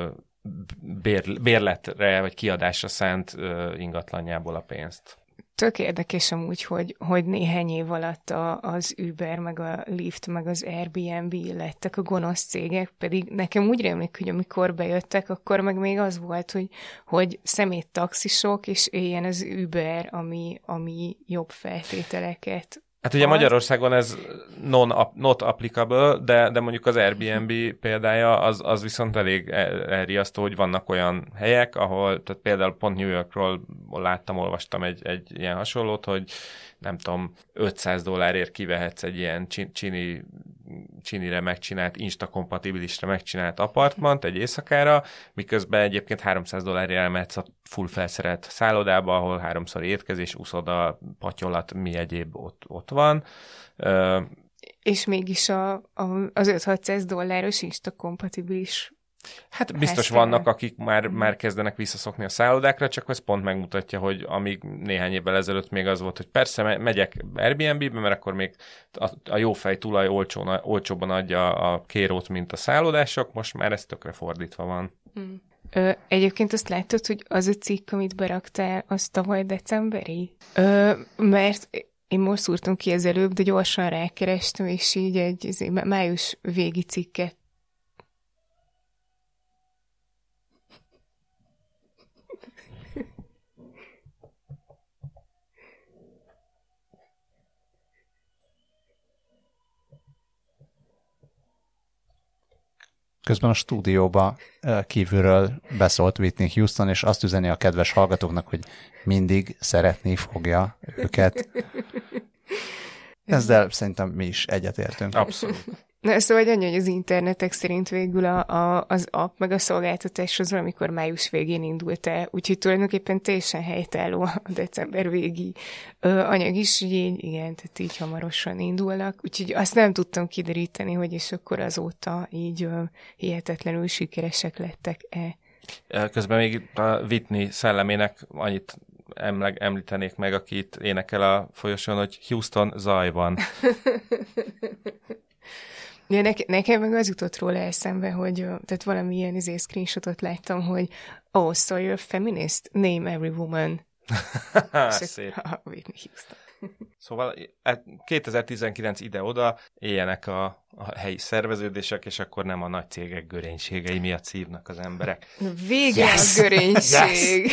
bérletre vagy kiadásra szánt ingatlanjából a pénzt. Tök érdekes amúgy, hogy néhány év alatt az Uber, meg a Lyft, meg az Airbnb lettek a gonosz cégek, pedig nekem úgy rémlik, hogy amikor bejöttek, akkor meg még az volt, hogy szeméttaxisok, és éljen az Uber, ami jobb feltételeket. Hát ugye Magyarországon ez not applicable, de mondjuk az Airbnb példája az viszont elég elriasztó, hogy vannak olyan helyek, ahol, tehát például pont New Yorkról olvastam egy ilyen hasonlót, hogy nem tudom, $500 kivehetsz egy ilyen csinire megcsinált, instakompatibilisre megcsinált apartmant egy éjszakára, miközben egyébként $300 elmehetsz a full felszerelt szállodába, ahol 3-szor étkezés, uszoda, patyolat, mi egyéb ott van. És mégis az $500-600 instakompatibilis. Hát biztos vannak, akik már kezdenek visszaszokni a szállodákra, csak ez pont megmutatja, hogy amíg néhány évvel ezelőtt még az volt, hogy persze megyek Airbnb-be, mert akkor még a jófej tulaj olcsóbban adja a kérót, mint a szállodások, most már ez tökre fordítva van. Egyébként azt láttad, hogy az a cikk, amit beraktál, az tavaly decemberi? Mert én most szúrtam ki az előbb, de gyorsan rákerestem, és így egy május végi cikket. Közben a stúdióba kívülről beszólt Whitney Houston, és azt üzeni a kedves hallgatóknak, hogy mindig szeretni fogja őket. Ezzel szerintem mi is egyetértünk. Abszolút. Na, szóval annyi, hogy az internetek szerint végül az app meg a szolgáltatás az valamikor május végén indult el, úgyhogy tulajdonképpen teljesen helytálló a december végi anyag is, így igen, tehát így hamarosan indulnak, úgyhogy azt nem tudtam kideríteni, hogy és akkor azóta így hihetetlenül sikeresek lettek-e. Közben még a Whitney szellemének annyit említenék meg, akit énekel a folyosón, hogy Houston, zaj van. Ja, nekem meg az jutott róla eszembe, hogy tehát valamilyen screenshotot láttam, hogy oh, so you're a feminist? Name every woman. Szép. Whitney Houston. Szóval 2019 ide-oda éljenek a helyi szerveződések, és akkor nem a nagy cégek görénységei miatt szívnak az emberek. Vége a görénység!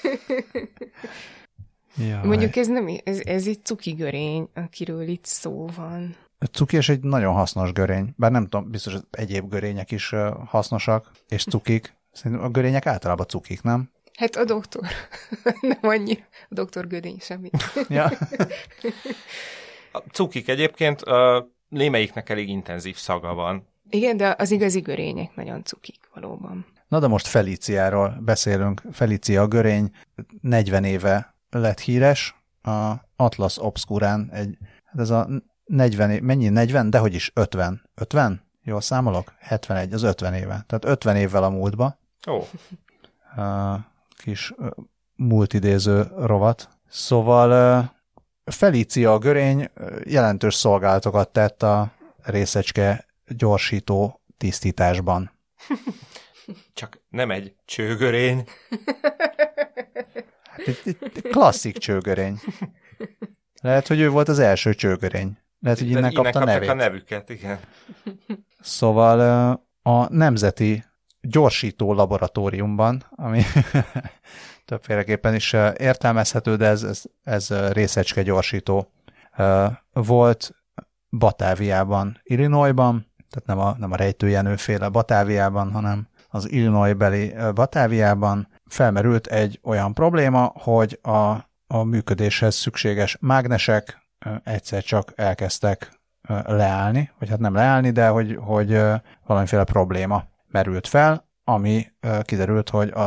Yes. Mondjuk ez itt cuki görény, akiről itt szó van. Cuki és egy nagyon hasznos görény, bár nem tudom, biztos egyéb görények is hasznosak, és cukik. Szerintem a görények általában cukik, nem? Hát a doktor. Nem annyi. A doktor görény semmi. Ja. A cukik egyébként némelyiknek elég intenzív szaga van. Igen, de az igazi görények nagyon cukik valóban. Na de most Feliciáról beszélünk. Felicia a görény 40 éve lett híres. A Atlas Obscurán ez a 40, mennyi 40? Dehogy is 50. 50? Jól számolok? 71, az 50 éve. Tehát 50 évvel a múltba. Ó. Kis múltidéző rovat. Szóval Felicia a görény jelentős szolgálatokat tett a részecske gyorsító tisztításban. Csak nem egy csőgörény. Hát egy klasszik csőgörény. Lehet, hogy ő volt az első csőgörény. Lehet, hogy innen kapta a nevét. A nevüket, igen. Szóval a Nemzeti Gyorsító Laboratóriumban, ami többféleképpen is értelmezhető, de ez részecske gyorsító volt Batáviában, Illinoisban, tehát nem a rejtőjenőféle Batáviában, hanem az Illinois-beli Batáviában felmerült egy olyan probléma, hogy a működéshez szükséges mágnesek egyszer csak elkezdtek leállni, vagy hát nem leállni, de hogy valamiféle probléma merült fel, ami kiderült, hogy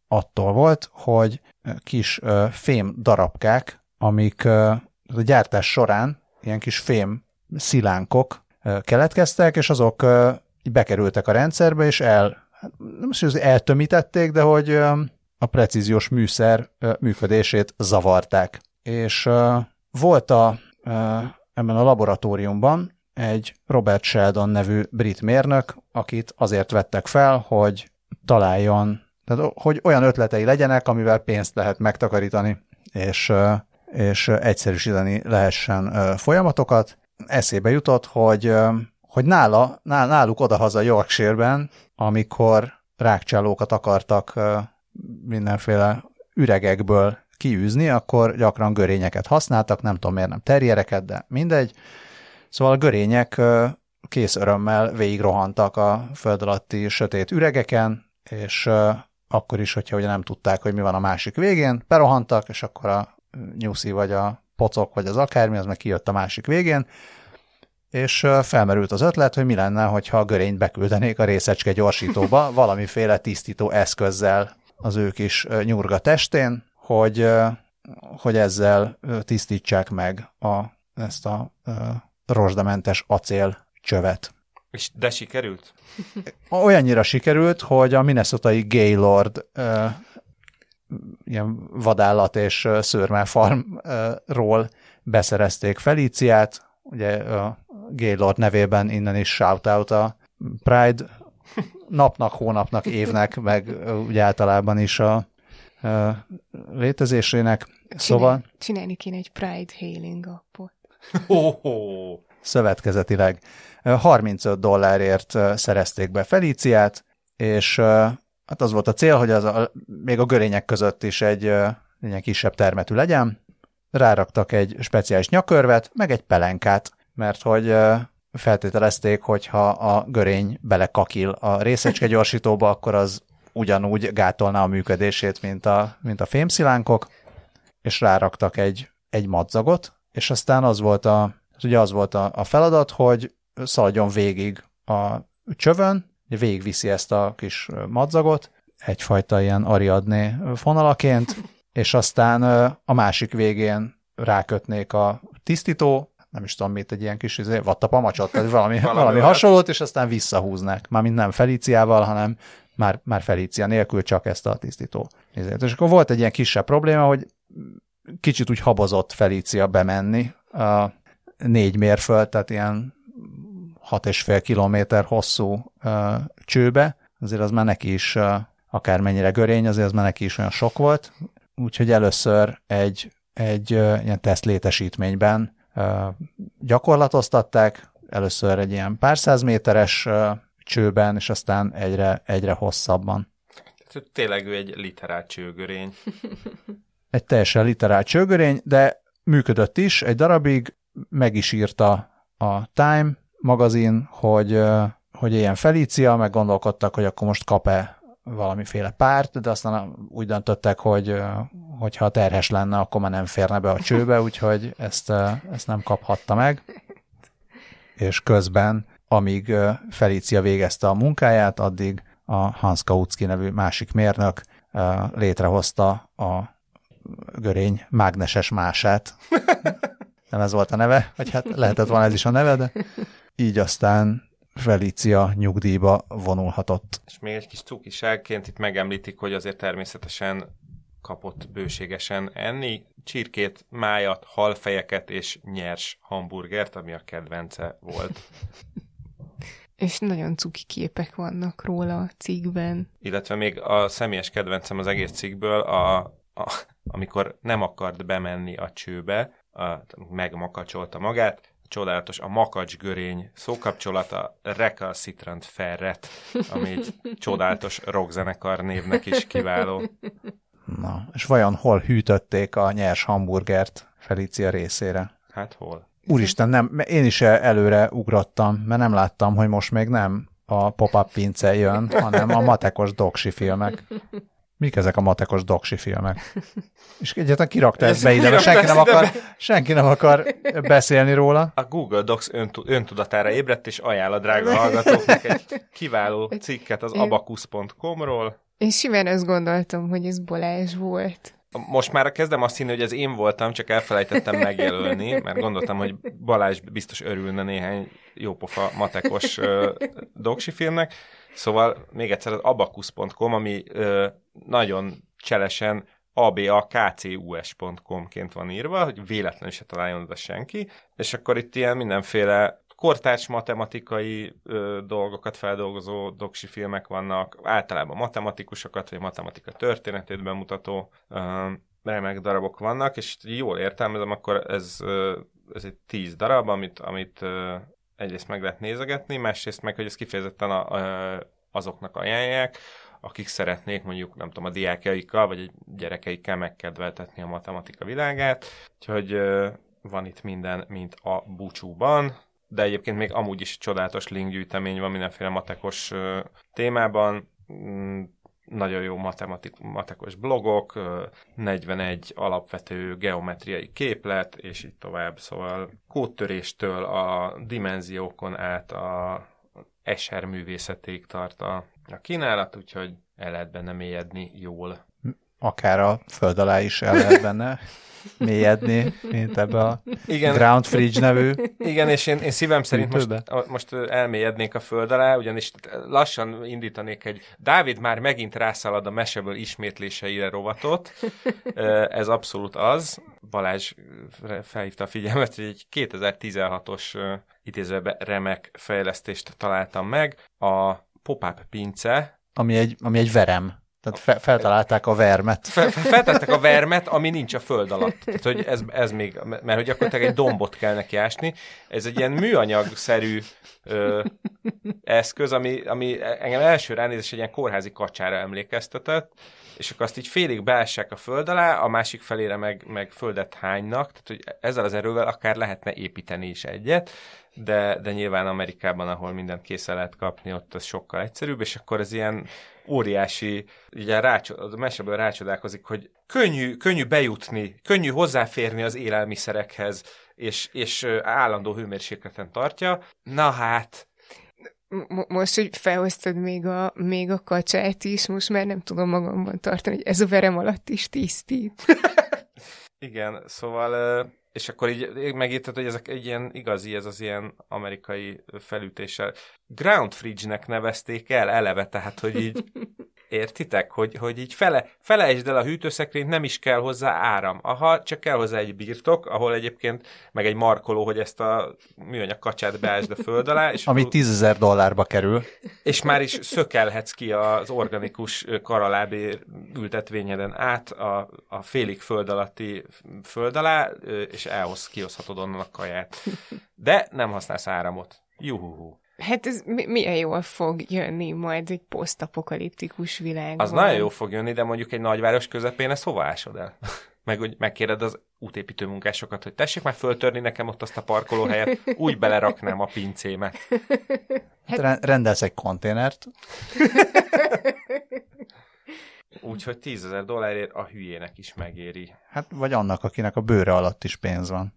attól volt, hogy kis fém darabkák, amik a gyártás során ilyen kis fém szilánkok keletkeztek, és azok bekerültek a rendszerbe, és nem is eltömítették, de hogy a precíziós műszer működését zavarták. És volt ebben a laboratóriumban egy Robert Sheldon nevű brit mérnök, akit azért vettek fel, hogy találjon, tehát hogy olyan ötletei legyenek, amivel pénzt lehet megtakarítani, és egyszerűsíteni lehessen folyamatokat. Eszébe jutott, hogy náluk odahaza Yorkshire-ben, amikor rákcsálókat akartak mindenféle üregekből kiűzni, akkor gyakran görényeket használtak, nem tudom miért nem terriereket, de mindegy. Szóval a görények kész örömmel végigrohantak a föld alatti sötét üregeken, és akkor is, hogyha ugye nem tudták, hogy mi van a másik végén, berohantak, és akkor a nyuszi, vagy a pocok, vagy az akármi, az meg kijött a másik végén, és felmerült az ötlet, hogy mi lenne, hogyha a görényt beküldenék a részecske gyorsítóba valamiféle tisztító eszközzel az ő kis nyurga testén, hogy ezzel tisztítsák meg ezt a rozsdamentes acélcsövet. De sikerült? Olyannyira sikerült, hogy a minnesotai Gaylord ilyen vadállat és szőrmel farmról beszerezték Felíciát. Ugye a Gaylord nevében innen is shout-out a Pride napnak, hónapnak, évnek, meg ugye általában is a létezésének. Szóval Csinálni kéne egy Pride Hailing appot. Szövetkezetileg $35 szerezték be Felíciát, és hát az volt a cél, hogy még a görények között is egy ilyen kisebb termetű legyen. Ráraktak egy speciális nyakörvet, meg egy pelenkát, mert hogy feltételezték, hogy ha a görény belekakil a részecske gyorsítóba, akkor az ugyanúgy gátolná a működését, mint a fémszilánkok, és ráraktak egy madzagot, és aztán az volt a feladat, hogy szaladjon végig a csövön, végigviszi ezt a kis madzagot, egyfajta ilyen Ariadné fonalaként, és aztán a másik végén rákötnék a tisztító, nem is tudom mit, egy ilyen kis vattapamacsot, tehát valami hasonlót, és aztán visszahúznák. Mármint nem Felíciával, hanem már Felícia nélkül csak ezt a tisztító. És akkor volt egy ilyen kisebb probléma, hogy kicsit úgy habozott Felícia bemenni a 4 mérföld, tehát ilyen 6,5 kilométer hosszú csőbe, azért az már neki is, akármennyire görény, azért az már neki is olyan sok volt, úgyhogy először egy ilyen teszt létesítményben gyakorlatoztatták, először egy ilyen pár száz méteres csőben, és aztán egyre hosszabban. Tényleg ő egy literált csőgörény. Egy teljesen literált csőgörény, de működött is, egy darabig meg is írta a Time magazin, hogy ilyen Felícia, meg gondolkodtak, hogy akkor most kap-e valamiféle párt, de aztán úgy döntöttek, hogy ha terhes lenne, akkor már nem férne be a csőbe, úgyhogy ezt nem kaphatta meg. És közben, amíg Felícia végezte a munkáját, addig a Hans Kautsky nevű másik mérnök létrehozta a görény mágneses mását. Nem ez volt a neve, vagy hát lehetett volna ez is a neve, de így aztán Felícia nyugdíjba vonulhatott. És még egy kis cukiságként itt megemlítik, hogy azért természetesen kapott bőségesen enni csirkét, májat, halfejeket és nyers hamburgert, ami a kedvence volt. És nagyon cuki képek vannak róla a cikkben. Illetve még a személyes kedvencem az egész cikkből, amikor nem akart bemenni a csőbe, megmakacsolta magát, csodálatos a makacsgörény szókapcsolata, Recalcitrant Ferret, ami egy csodálatos rockzenekar névnek is kiváló. Na, és vajon hol hűtötték a nyers hamburgert Felícia részére? Hát hol? Úristen, nem, én is előre ugrottam, mert nem láttam, hogy most még nem a pop-up pince jön, hanem a matekos doksi filmek. Mik ezek a matekos doksi filmek? És egyáltalán kirakta ezt be ide, mert senki nem akar beszélni róla. A Google Docs öntudatára ébredt, és ajánl a drága hallgatóknak egy kiváló cikket az abacus.com-ról. Én simán azt gondoltam, hogy ez Balázs volt. Most már kezdem azt hinni, hogy ez én voltam, csak elfelejtettem megjelölni, mert gondoltam, hogy Balázs biztos örülne néhány jópofa matekos doksi filmnek. Szóval még egyszer az abacus.com, ami nagyon cselesen abakcus.com-ként van írva, hogy véletlenül se találjon oda senki, és akkor itt ilyen mindenféle kortárs matematikai dolgokat feldolgozó doksi filmek vannak, általában matematikusokat, vagy matematika történetét bemutató remek darabok vannak, és jól értelmezem, akkor ez egy 10 darab, amit egyrészt meg lehet nézegetni, másrészt meg, hogy ez kifejezetten azoknak ajánlják, akik szeretnék mondjuk, nem tudom, a diákjaikkal, vagy egy gyerekeikkel megkedveltetni a matematika világát. Úgyhogy van itt minden, mint a búcsúban, de egyébként még amúgy is csodálatos linkgyűjtemény van mindenféle matekos témában. Nagyon jó matekos blogok, 41 alapvető geometriai képlet, és így tovább. Szóval kódtöréstől a dimenziókon át a Escher művészeték tart a kínálat, úgyhogy el lehet benne mélyedni jól. Akár a föld alá is el lehet benne mélyedni, mint ebbe a Ground Fridge nevű. Igen, és én szívem szerint most elmélyednék a föld alá, ugyanis lassan indítanék egy Dávid már megint rászalad a meseből ismétléseire rovatot. Ez abszolút az. Balázs felhívta a figyelmet, hogy egy 2016-os idézőben remek fejlesztést találtam meg. A pop-up pince. Ami egy verem. Tehát feltalálták a vermet. Feltalálták a vermet, ami nincs a föld alatt. Tehát, hogy ez még, mert hogy gyakorlatilag egy dombot kell neki ásni. Ez egy ilyen műanyagszerű eszköz, ami engem első ránézés egy ilyen kórházi kacsára emlékeztetett, és akkor azt így félig beássák a föld alá, a másik felére meg földet hánynak, tehát hogy ezzel az erővel akár lehetne építeni is egyet, de nyilván Amerikában, ahol mindent készen lehet kapni, ott ez sokkal egyszerűbb, és akkor ez ilyen óriási, ugye a meseből rácsodálkozik, hogy könnyű bejutni, könnyű hozzáférni az élelmiszerekhez, és állandó hőmérsékleten tartja. Na hát... Most, hogy felhoztad még a kacsát is, most már nem tudom magamban tartani, hogy ez a verem alatt is tisztít. Igen, szóval... És akkor így megírtad, hogy ezek egy ilyen igazi, ez az ilyen amerikai felütéssel. Ground Fridge-nek nevezték el eleve, tehát hogy így értitek, hogy így felejtsd el a hűtőszekrényt, nem is kell hozzá áram. Aha, csak kell hozzá egy birtok, ahol egyébként meg egy markoló, hogy ezt a műanyag kacsát beásd a föld alá. És ami $10,000 kerül. És már is szökelhetsz ki az organikus karalábé ültetvényeden át a félig föld alatti föld alá, és kihozhatod onnan a kaját. De nem használsz áramot. Juhuhu. Hát ez milyen jól fog jönni majd egy posztapokaliptikus világban. Az nagyon jól fog jönni, de mondjuk egy nagyváros közepén ezt hova ásod el? Meg hogy megkéred az útépítő munkásokat, hogy tessék már föltörni nekem ott azt a parkolóhelyet, úgy beleraknám a pincémet. Hát rendelsz egy konténert. Úgyhogy $10,000 a hülyének is megéri. Hát vagy annak, akinek a bőre alatt is pénz van.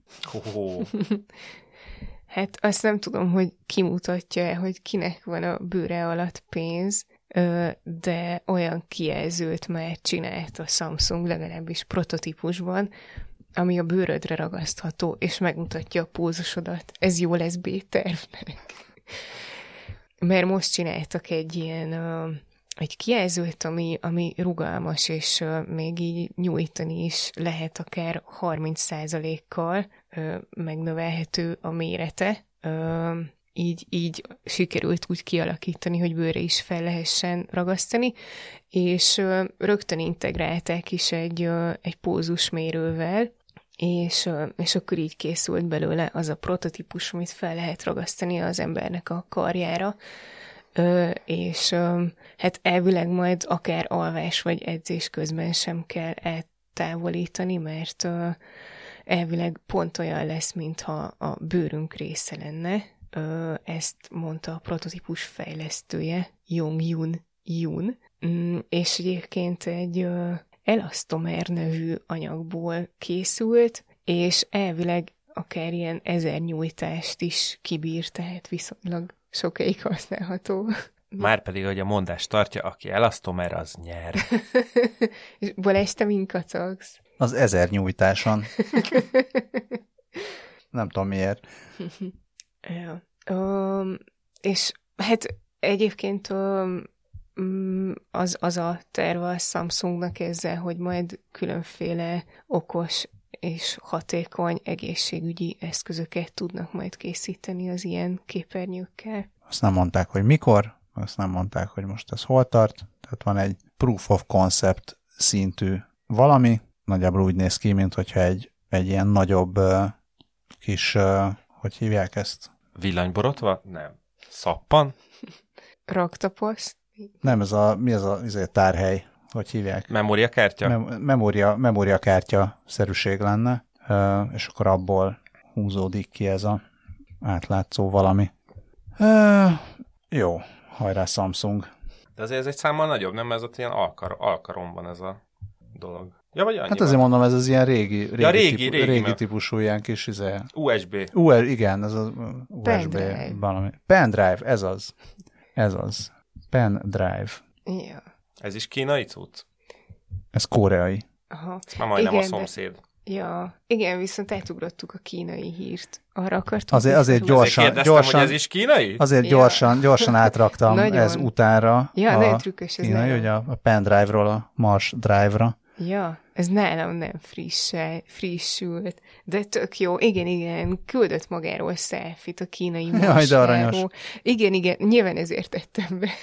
Hát azt nem tudom, hogy kimutatja, hogy kinek van a bőre alatt pénz, de olyan kijelzőt már csinált a Samsung, legalábbis prototípusban, ami a bőrödre ragasztható, és megmutatja a pózusodat. Ez jó lesz B-tervnek. Mert most csináltak egy ilyen egy kijelzőt, ami rugalmas, és még így nyújtani is lehet akár 30%-kal megnövelhető a mérete. Így sikerült úgy kialakítani, hogy bőre is fel lehessen ragasztani, és rögtön integrálták is egy pózusmérővel, és akkor így készült belőle az a prototípus, amit fel lehet ragasztani az embernek a karjára, és hát elvileg majd akár alvás vagy edzés közben sem kell eltávolítani, mert elvileg pont olyan lesz, mintha a bőrünk része lenne. Ezt mondta a prototípus fejlesztője, Yong-Yun Yun, és egyébként egy elastomer nevű anyagból készült, és elvileg akár ilyen 1000 nyújtást is kibír, tehát viszonylag sokáig használható. Márpedig, hogy a mondás tartja, aki elasztomer, az nyer. És Balázs, te min kacagsz? Az 1000 nyújtáson. Nem tudom miért. Ja. És hát egyébként az a terve a Samsungnak ezzel, hogy majd különféle okos és hatékony egészségügyi eszközöket tudnak majd készíteni az ilyen képernyőkkel. Azt nem mondták, hogy mikor, azt nem mondták, hogy most ez hol tart. Tehát van egy proof of concept szintű valami, nagyjából úgy néz ki, mint hogyha egy ilyen nagyobb kis, hogy hívják ezt? Villanyborotva? Nem. Szappan? Raktaposz? Nem, mi ez a tárhely? Hogy hívják? Memóriakártya? Memóriakártya szerűség lenne, és akkor abból húzódik ki ez a átlátszó valami. Jó, hajrá Samsung. De azért ez egy számmal nagyobb, nem? Ez ott ilyen alkaromban ez a dolog. Ja, vagy annyiban? Hát azért mondom, ez az ilyen régi mert... típusú ilyen kis USB. Igen, ez az USB valami. Pendrive, ez az. Pendrive. Ja. Ez is kínai cucc? Ez koreai. Aha. Ez már majdnem Igen, a szomszéd. Ja, igen, viszont átugrottuk a kínai hírt. Arra akartunk. Azért gyorsan, hogy ez is kínai? Azért gyorsan átraktam ez utánra. Ja, nagyon trükkös ez kínai, ugye a pendrive-ról a Mars Drive-ra. Ja, ez nálam nem frissült, de tök jó. Igen, küldött magáról selfie-t a kínai Marsjáról. Igen, nyilván ezért tettem be.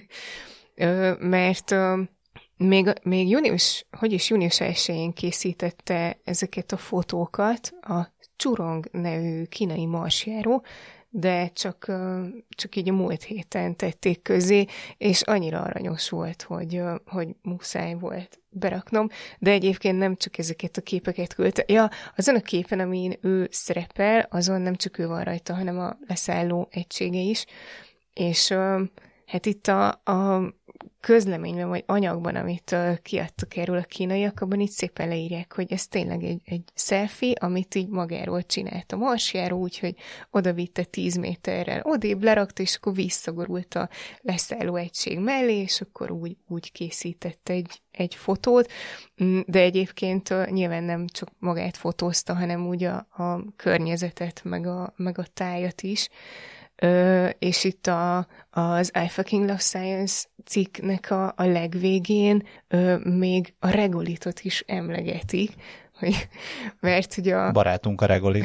Mert még június 1-én készítette ezeket a fotókat a Zhurong nevű kínai marsjáró, de csak így a múlt héten tették közé, és annyira aranyos volt, hogy muszáj volt beraknom, de egyébként nem csak ezeket a képeket küldte. Ja, azon a képen, amin ő szerepel, azon nem csak ő van rajta, hanem a leszálló egysége is, és hát itt a közleményben, vagy anyagban, amit kiadtak erről a kínaiak, abban így szépen leírják, hogy ez tényleg egy selfie, amit így magáról csinált a marsjáró, úgyhogy oda vitte 10 méterrel, odébb lerakta, és akkor visszagorult a leszálló egység mellé, és akkor úgy készített egy fotót, de egyébként nyilván nem csak magát fotózta, hanem úgy a környezetet, meg a tájat is. És itt az I Fucking Love Science cikknek a legvégén még a regolitot is emlegetik, mert ugye a... Barátunk a regolit.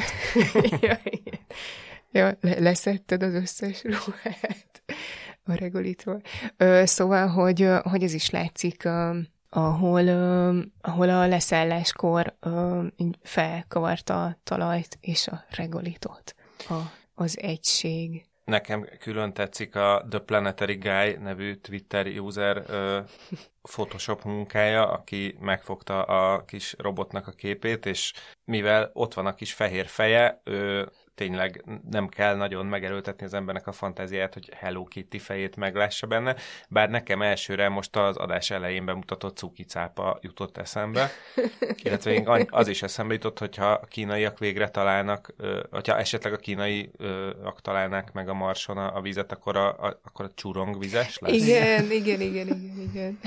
ja, leszetted az összes ruhát a regolitról. Szóval, hogy ez is látszik, ahol a leszálláskor felkavarta a talajt és a regolitot az egység. Nekem külön tetszik a The Planetary Guy nevű Twitter user Photoshop munkája, aki megfogta a kis robotnak a képét, és mivel ott van a kis fehér feje, tényleg nem kell nagyon megerőltetni az embernek a fantáziáját, hogy Hello Kitty fejét meglássa benne, bár nekem elsőre most az adás elején bemutatott Cuki cápa jutott eszembe, illetve az is eszembe jutott, hogyha a kínaiak végre találnak, hogyha esetleg a kínaiak találnák meg a Marson a vizet, akkor a Zhurong vizes lesz. Igen.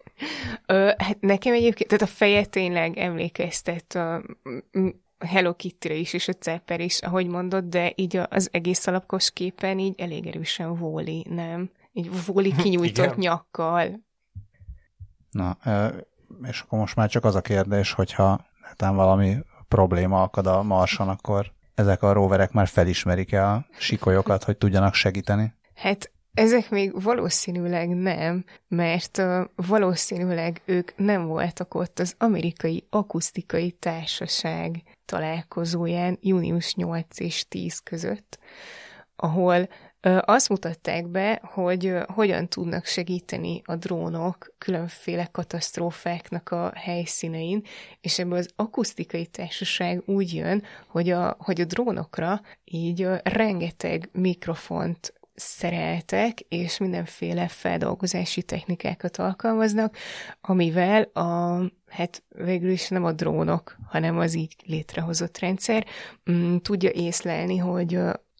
Hát nekem egyébként, tehát a feje tényleg emlékeztet a Hello Kitty-re is, és a Cepper is, ahogy mondod, de így az egész alapkos képen így elég erősen Wall-E, nem? Így Wall-E kinyújtott nyakkal. Na, és akkor most már csak az a kérdés, hogyha netán valami probléma akad a Marson, akkor ezek a roverek már felismerik-e a sikolyokat, hogy tudjanak segíteni? Hát ezek még valószínűleg nem, mert valószínűleg ők nem voltak ott az Amerikai Akusztikai Társaság találkozóján június 8 és 10 között, ahol azt mutatták be, hogy hogyan tudnak segíteni a drónok különféle katasztrófáknak a helyszínein, és ebből az akusztikai társaság úgy jön, hogy a drónokra így rengeteg mikrofont szereltek, és mindenféle feldolgozási technikákat alkalmaznak, amivel hát végül is nem a drónok, hanem az így létrehozott rendszer tudja észlelni,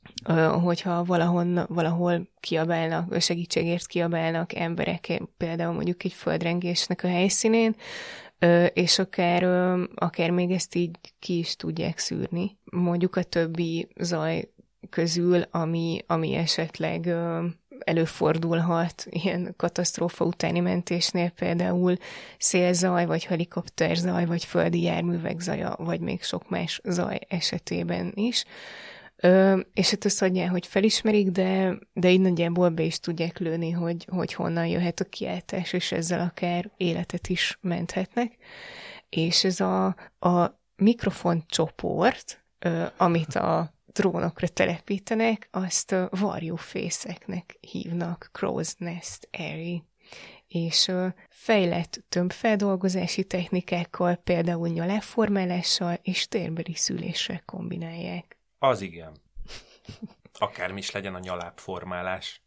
hogyha valahol kiabálnak, segítségért kiabálnak emberek, például mondjuk egy földrengésnek a helyszínén, és akár még ezt így ki is tudják szűrni. Mondjuk a többi zaj közül, ami esetleg előfordulhat ilyen katasztrófa utáni mentésnél, például szélzaj, vagy helikopterzaj, vagy földi járművek zaja, vagy még sok más zaj esetében is. És hát azt adják, hogy felismerik, de így nagyjából be is tudják lőni, hogy honnan jöhet a kiáltás, és ezzel akár életet is menthetnek. És ez a mikrofoncsoport, amit a drónokra telepítenek, azt varjófészeknek hívnak, Crow's Nest Area. És fejlett tömbfeldolgozási technikákkal, például nyalábformálással és térbeli szüléssel kombinálják. Az igen. Akármi is legyen a nyalábformálás.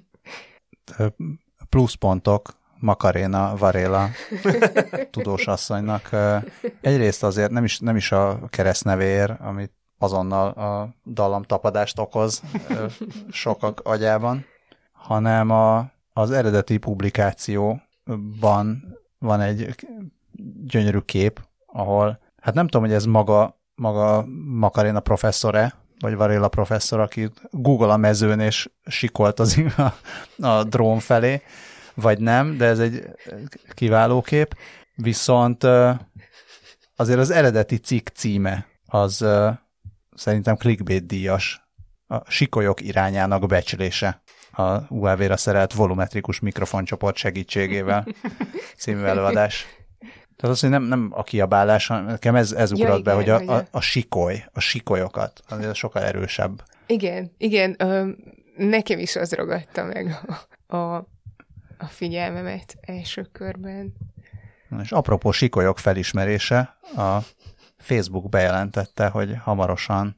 Pluszpontok Macarena Varela tudósasszonynak. Egyrészt azért nem is a keresztnevéért, amit azonnal a dallamtapadást okoz sokak agyában, hanem az eredeti publikációban van egy gyönyörű kép, ahol, hát nem tudom, hogy ez maga Macarena professzor-e, vagy Varela professzor, aki Google a mezőn és sikolt a drón felé, vagy nem, de ez egy kiváló kép. Viszont azért az eredeti cikk címe az szerintem clickbait díjas. A sikolyok irányának becslése a UAV-ra szerelt volumetrikus mikrofoncsoport segítségével című előadás. Tehát az, hogy nem a kiabálás, nekem ez ugrott be, hogy a sikolyokat, az sokkal erősebb. Igen, nekem is az ragadta meg a figyelmemet első körben. És apropó sikolyok felismerése, a Facebook bejelentette, hogy hamarosan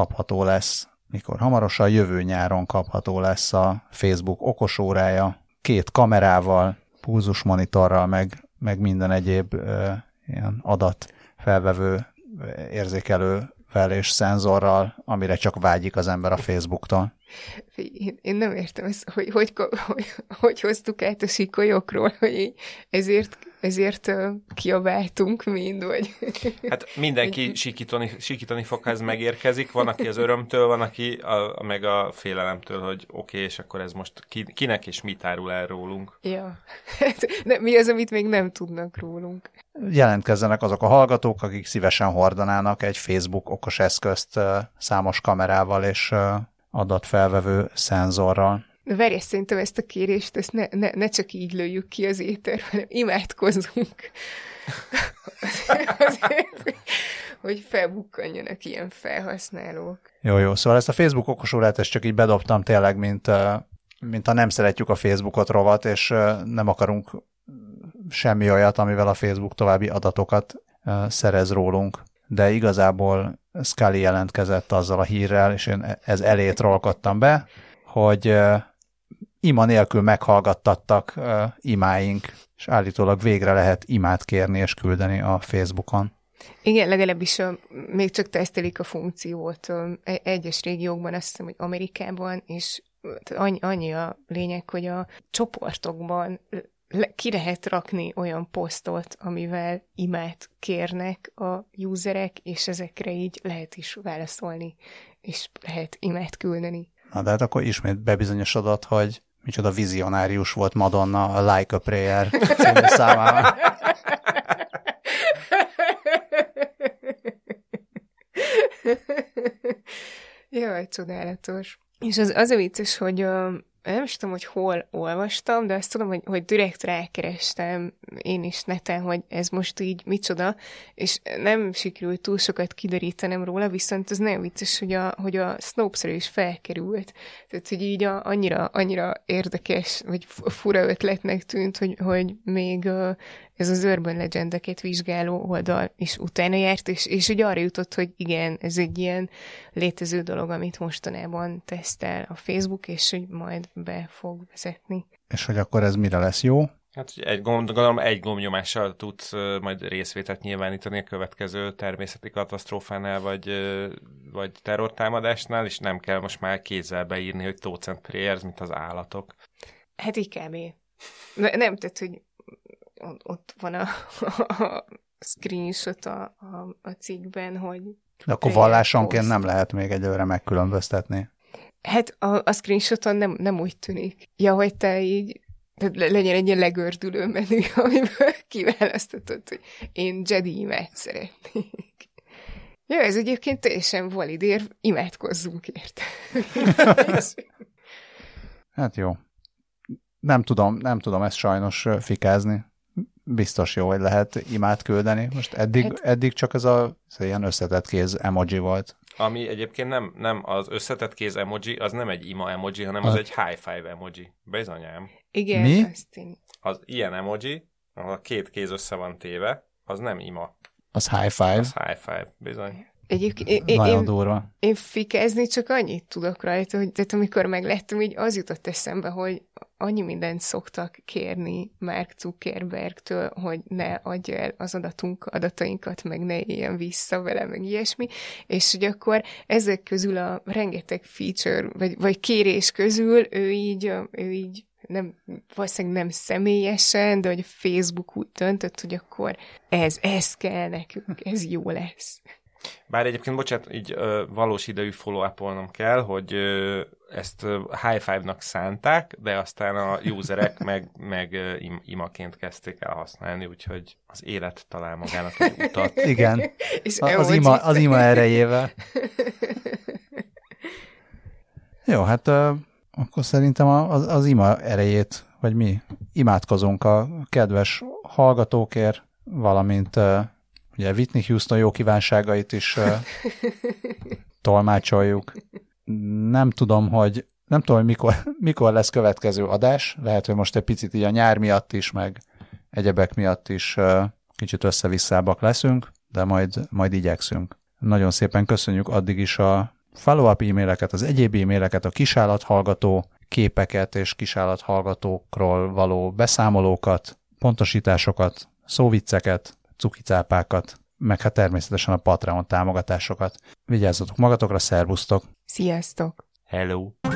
jövő nyáron kapható lesz a Facebook okosórája, 2 kamerával, pulzusmonitorral, meg minden egyéb ilyen adatfelvevő, érzékelővel és szenzorral, amire csak vágyik az ember a Facebooktól. Én nem értem ezt, hogy hoztuk át a sikolyokról, hogy ezért kiabáltunk mind, vagy... Hát mindenki sikítani fog, ha ez megérkezik. Van, aki az örömtől, van, aki meg a félelemtől, hogy oké, és akkor ez most kinek és mit árul el rólunk. Ja, de mi az, amit még nem tudnak rólunk? Jelentkezzenek azok a hallgatók, akik szívesen hordanának egy Facebook okos eszközt számos kamerával és adatfelvevő szenzorral. De várj, szerintem ezt a kérést, ezt ne csak így lőjük ki az éter, hanem imádkozzunk. Azért, hogy felbukkanjanak ilyen felhasználók. Jó, szóval ezt a Facebook okosórát ezt csak így bedobtam tényleg, mint a nem szeretjük a Facebookot rovat, és nem akarunk semmi olyat, amivel a Facebook további adatokat szerez rólunk. De igazából Scully jelentkezett azzal a hírrel, és én ez elé trollkodtam be, hogy ima nélkül meghallgattattak imáink, és állítólag végre lehet imát kérni és küldeni a Facebookon. Igen, legalábbis még csak tesztelik a funkciót egyes régiókban, azt hiszem, hogy Amerikában, és annyi a lényeg, hogy a csoportokban ki lehet rakni olyan posztot, amivel imát kérnek a userek, és ezekre így lehet is válaszolni, és lehet imát küldeni. Na, de hát akkor ismét bebizonyosodott, hogy micsoda vizionárius volt Madonna a Like a Prayer című számával. Jaj, csodálatos. És az a vicces, hogy nem is tudom, hogy hol olvastam, de azt tudom, hogy direkt rákerestem én is neten, hogy ez most így micsoda, és nem sikerült túl sokat kiderítenem róla, viszont az nagyon vicces, hogy a Snopes-ra is felkerült. Tehát, hogy így annyira érdekes, vagy fura ötletnek tűnt, hogy még ez az Urban Legendeket vizsgáló oldal is utána járt, és úgy arra jutott, hogy igen, ez egy ilyen létező dolog, amit mostanában tesztel a Facebook, és hogy majd be fog vezetni. És hogy akkor ez mire lesz jó? Hát gondolom egy gombnyomással tudsz majd részvételt nyilvánítani a következő természeti katasztrófánál, vagy terrortámadásnál, és nem kell most már kézzel beírni, hogy thoughts and prayers, mint az állatok. Hát így kb. Nem, tehát, hogy ott van a screenshot a cikkben, hogy... De akkor vallásonként nem lehet még egyelőre megkülönböztetni. Hát a screenshoton nem úgy tűnik. Ja, hogy te így legyen egy ilyen legördülő menü, amiből kiválaszthatod, hogy én Jedi imád szeretnék. Ja, ez egyébként teljesen valid érv, imádkozzunk érte. Hát jó. Nem tudom ezt sajnos fikázni. Biztos jó, hogy lehet imát küldeni. Most eddig csak ez ilyen összetett kéz emoji volt. Ami egyébként nem az összetett kéz emoji, az nem egy ima emoji, hanem az egy high five emoji. Bizonyám. Igen, mi? Az ilyen emoji, ahol a két kéz össze van téve, az nem ima. Az high five. Az high five, bizony. Egyébként nagyon durva. Én fikázni csak annyit tudok rajta, hogy tehát amikor megláttam, így az jutott eszembe, hogy annyi mindent szoktak kérni Mark Zuckerbergtől, hogy ne adja el az adatainkat, meg ne éljen vissza vele, meg ilyesmi, és hogy akkor ezek közül a rengeteg feature, vagy kérés közül ő így nem, valószínűleg nem személyesen, de hogy a Facebook úgy döntött, hogy akkor ez kell nekünk, ez jó lesz. Bár egyébként, bocsánat, így valós idejű follow-upolnom kell, hogy ezt high five-nak szánták, de aztán a userek meg imaként kezdték el használni, úgyhogy az élet talál magának egy utat. Igen, az ima erejével. Jó, hát akkor szerintem az ima erejét, vagy mi imádkozunk a kedves hallgatókért, valamint ugye Whitney Houston jó kívánságait is tolmácsoljuk. Nem tudom, hogy mikor lesz következő adás. Lehet, hogy most egy picit így a nyár miatt is, meg egyebek miatt is kicsit összevisszábbak leszünk, de majd igyekszünk. Nagyon szépen köszönjük addig is a follow-up e-maileket, az egyéb e-maileket, a kisállathallgató képeket és kisállathallgatókról való beszámolókat, pontosításokat, szóvicceket, cukicápákat, meg hát természetesen a Patreon támogatásokat. Vigyázzatok magatokra, szervusztok! Sziasztok! Hello!